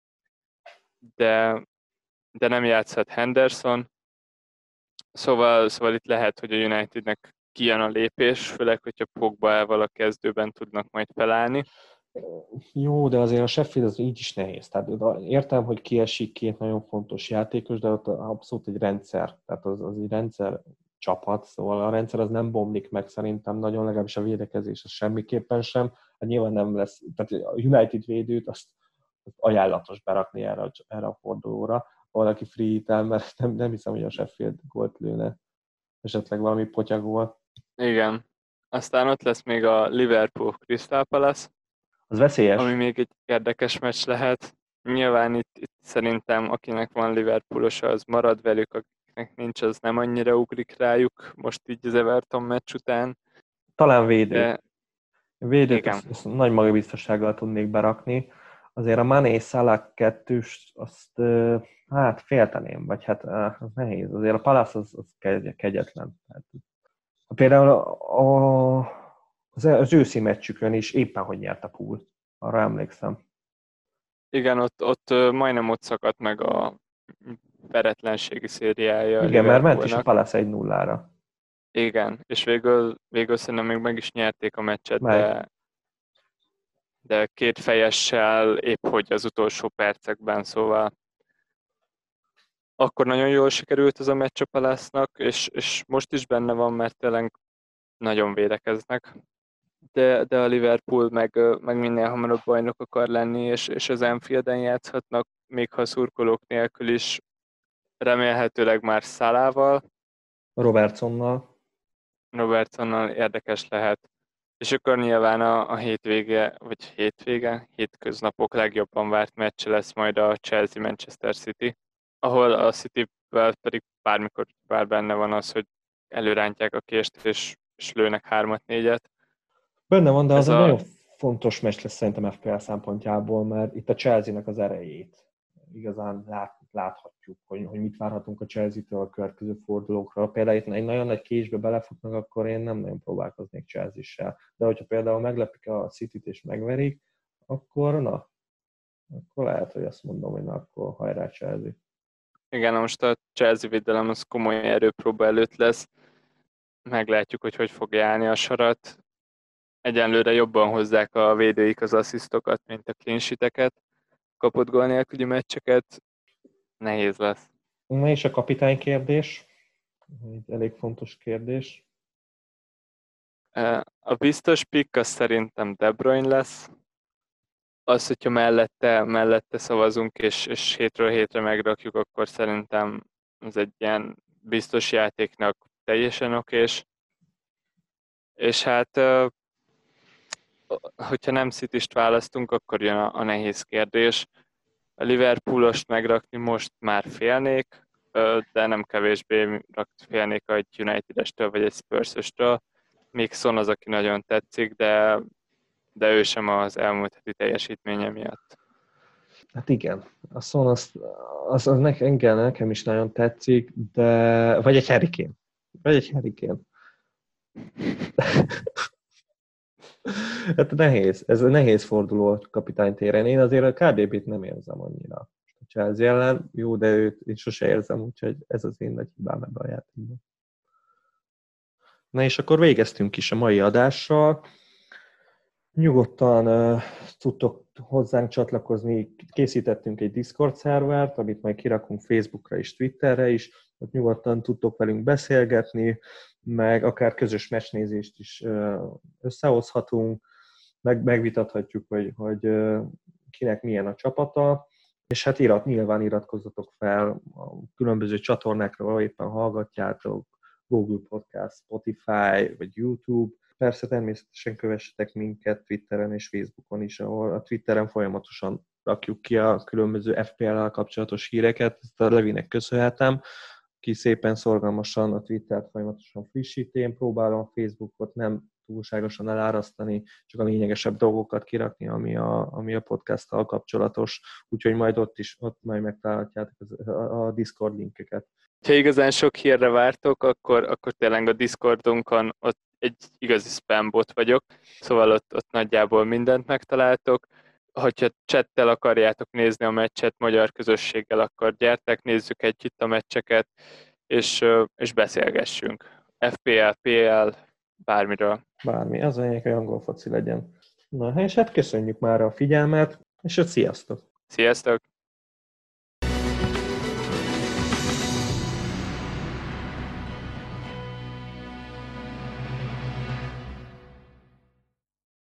de, de nem játszhat Henderson, szóval, szóval itt lehet, hogy a Unitednek kijön a lépés, főleg, hogyha Pogba-val a kezdőben tudnak majd felállni. Jó, de azért a Sheffield az így is nehéz. Tehát értem, hogy kiesik két nagyon fontos játékos, de ott abszolút egy rendszer. Tehát az, az egy rendszer csapat, szóval a rendszer az nem bomlik meg szerintem nagyon, legalábbis a védekezés az semmiképpen sem. Hát nyilván nem lesz, tehát a United védőt azt, azt ajánlatos berakni erre a, erre a fordulóra. Valaki free hitel, mert nem, nem hiszem, hogy a Sheffield gólt lőne. Esetleg valami potyagól. Igen. Aztán ott lesz még a Liverpool Crystal Palace, az veszélyes. Ami még egy érdekes meccs lehet. Nyilván itt, itt szerintem, akinek van Liverpoolos, az marad velük, akiknek nincs, az nem annyira ugrik rájuk most így az Everton meccs után. Talán védő. De... Védőt azt, azt nagy magabiztossággal tudnék berakni. Azért a Mané Salah kettős, azt hát félteném, vagy hát az nehéz. Azért a Palace az, az kegyetlen. Hát, például a, az, az őszi meccsükön is éppen hogy nyert a Pool. Arra emlékszem. Igen, ott, ott majdnem ott szakadt meg a veretlenségi szériája a Igen, mert ment is a Liverpoolnak. Palace egy nullára. Igen, és végül, végül szerintem még meg is nyerték a meccset, Meg. de, de két fejessel épp hogy az utolsó percekben, szóval akkor nagyon jól sikerült ez a meccs a Palace-nak, és, és most is benne van, mert tényleg nagyon védekeznek. De, de a Liverpool meg, meg minél hamarabb bajnok akar lenni, és, és az Anfielden játszhatnak, még ha szurkolók nélkül is, remélhetőleg már Salával, Robertsonnal. Robertsonnal érdekes lehet. És akkor nyilván a, a hétvége, vagy hétvége, hétköznapok legjobban várt meccse lesz majd a Chelsea-Manchester City, ahol a City-vel pedig bármikor bár benne van az, hogy előrántják a kést, és, és lőnek hármat, négyet. Benne van, de az Ez egy a, nagyon fontos meccs lesz szerintem ef pé el szempontjából, mert itt a Chelsea-nek az erejét igazán lát, láthatjuk, hogy, hogy mit várhatunk a Chelsea-től a következő fordulókra. Például itt egy nagyon nagy késbe belefutnak, akkor én nem nagyon próbálkoznék Chelsea-sel. De hogyha például meglepik a City-t és megverik, akkor na, akkor lehet, hogy azt mondom, hogy na, akkor hajrá Chelsea. igen, most a Chelsea védelem az komoly erőpróba előtt lesz. Meglátjuk, hogy hogy fog állni a sarat. Egyenlőre jobban hozzák a védőik az asszisztokat, mint a clean sheet-eket. Kapott gól nélküli meccseket. Nehéz lesz. Na és a kapitány kérdés, egy elég fontos kérdés. A biztos pick az szerintem De Bruyne lesz. Az, hogyha mellette, mellette szavazunk, és, és hétről hétre megrakjuk, akkor szerintem ez egy ilyen biztos játéknak teljesen okés. És hát, hogyha nem City-st választunk, akkor jön a, a nehéz kérdés. A Liverpoolost megrakni most már félnék, de nem kevésbé félnék egy United-estől vagy egy Spurs-östől. Még Son az, aki nagyon tetszik, de, de ő sem az elmúlt heti teljesítménye miatt. Hát igen, a Son az, az, az nekem, nekem is nagyon tetszik, de vagy egy Harry Kane. Vagy egy Harry Kane. Hát nehéz, ez nehéz forduló a kapitánytéren. Én azért a ká dé bét nem érzem annyira. A Chelsea ellen jó, de őt én sose érzem, úgyhogy ez az én nagy hibám ebben a játékban. Na és akkor végeztünk is a mai adással. Nyugodtan uh, tudtok hozzánk csatlakozni, készítettünk egy Discord szervert, amit majd kirakunk Facebookra és Twitterre is, ott nyugodtan tudtok velünk beszélgetni, meg akár közös meccsnézést is uh, összehozhatunk, meg, megvitathatjuk, hogy, hogy uh, kinek milyen a csapata, és hát irat, nyilván iratkozzatok fel a különböző csatornákra, ahol éppen hallgatjátok, Google Podcast, Spotify vagy YouTube. Persze természetesen kövessetek minket Twitteren és Facebookon is, ahol a Twitteren folyamatosan rakjuk ki a különböző ef pé el-el kapcsolatos híreket. Ezt a Levinek köszönhetem, ki szépen szorgalmasan a Twittert folyamatosan frissíti. Én próbálom a Facebookot nem túlságosan elárasztani, csak a lényegesebb dolgokat kirakni, ami a, ami a podcasttal kapcsolatos. Úgyhogy majd ott is, ott majd megtalálhatjátok a Discord linkeket. Ha igazán sok hírre vártok, akkor, akkor tényleg a Discordunkon ott egy igazi spambot vagyok, szóval ott, ott nagyjából mindent megtaláltok. Hogyha chattel akarjátok nézni a meccset magyar közösséggel, akkor gyertek, nézzük együtt a meccseket, és, és beszélgessünk. ef pé el, pé el, bármiről. Bármi, az a lényeg, hogy angol foci legyen. Na, és hát köszönjük már a figyelmet, és hát sziasztok! Sziasztok!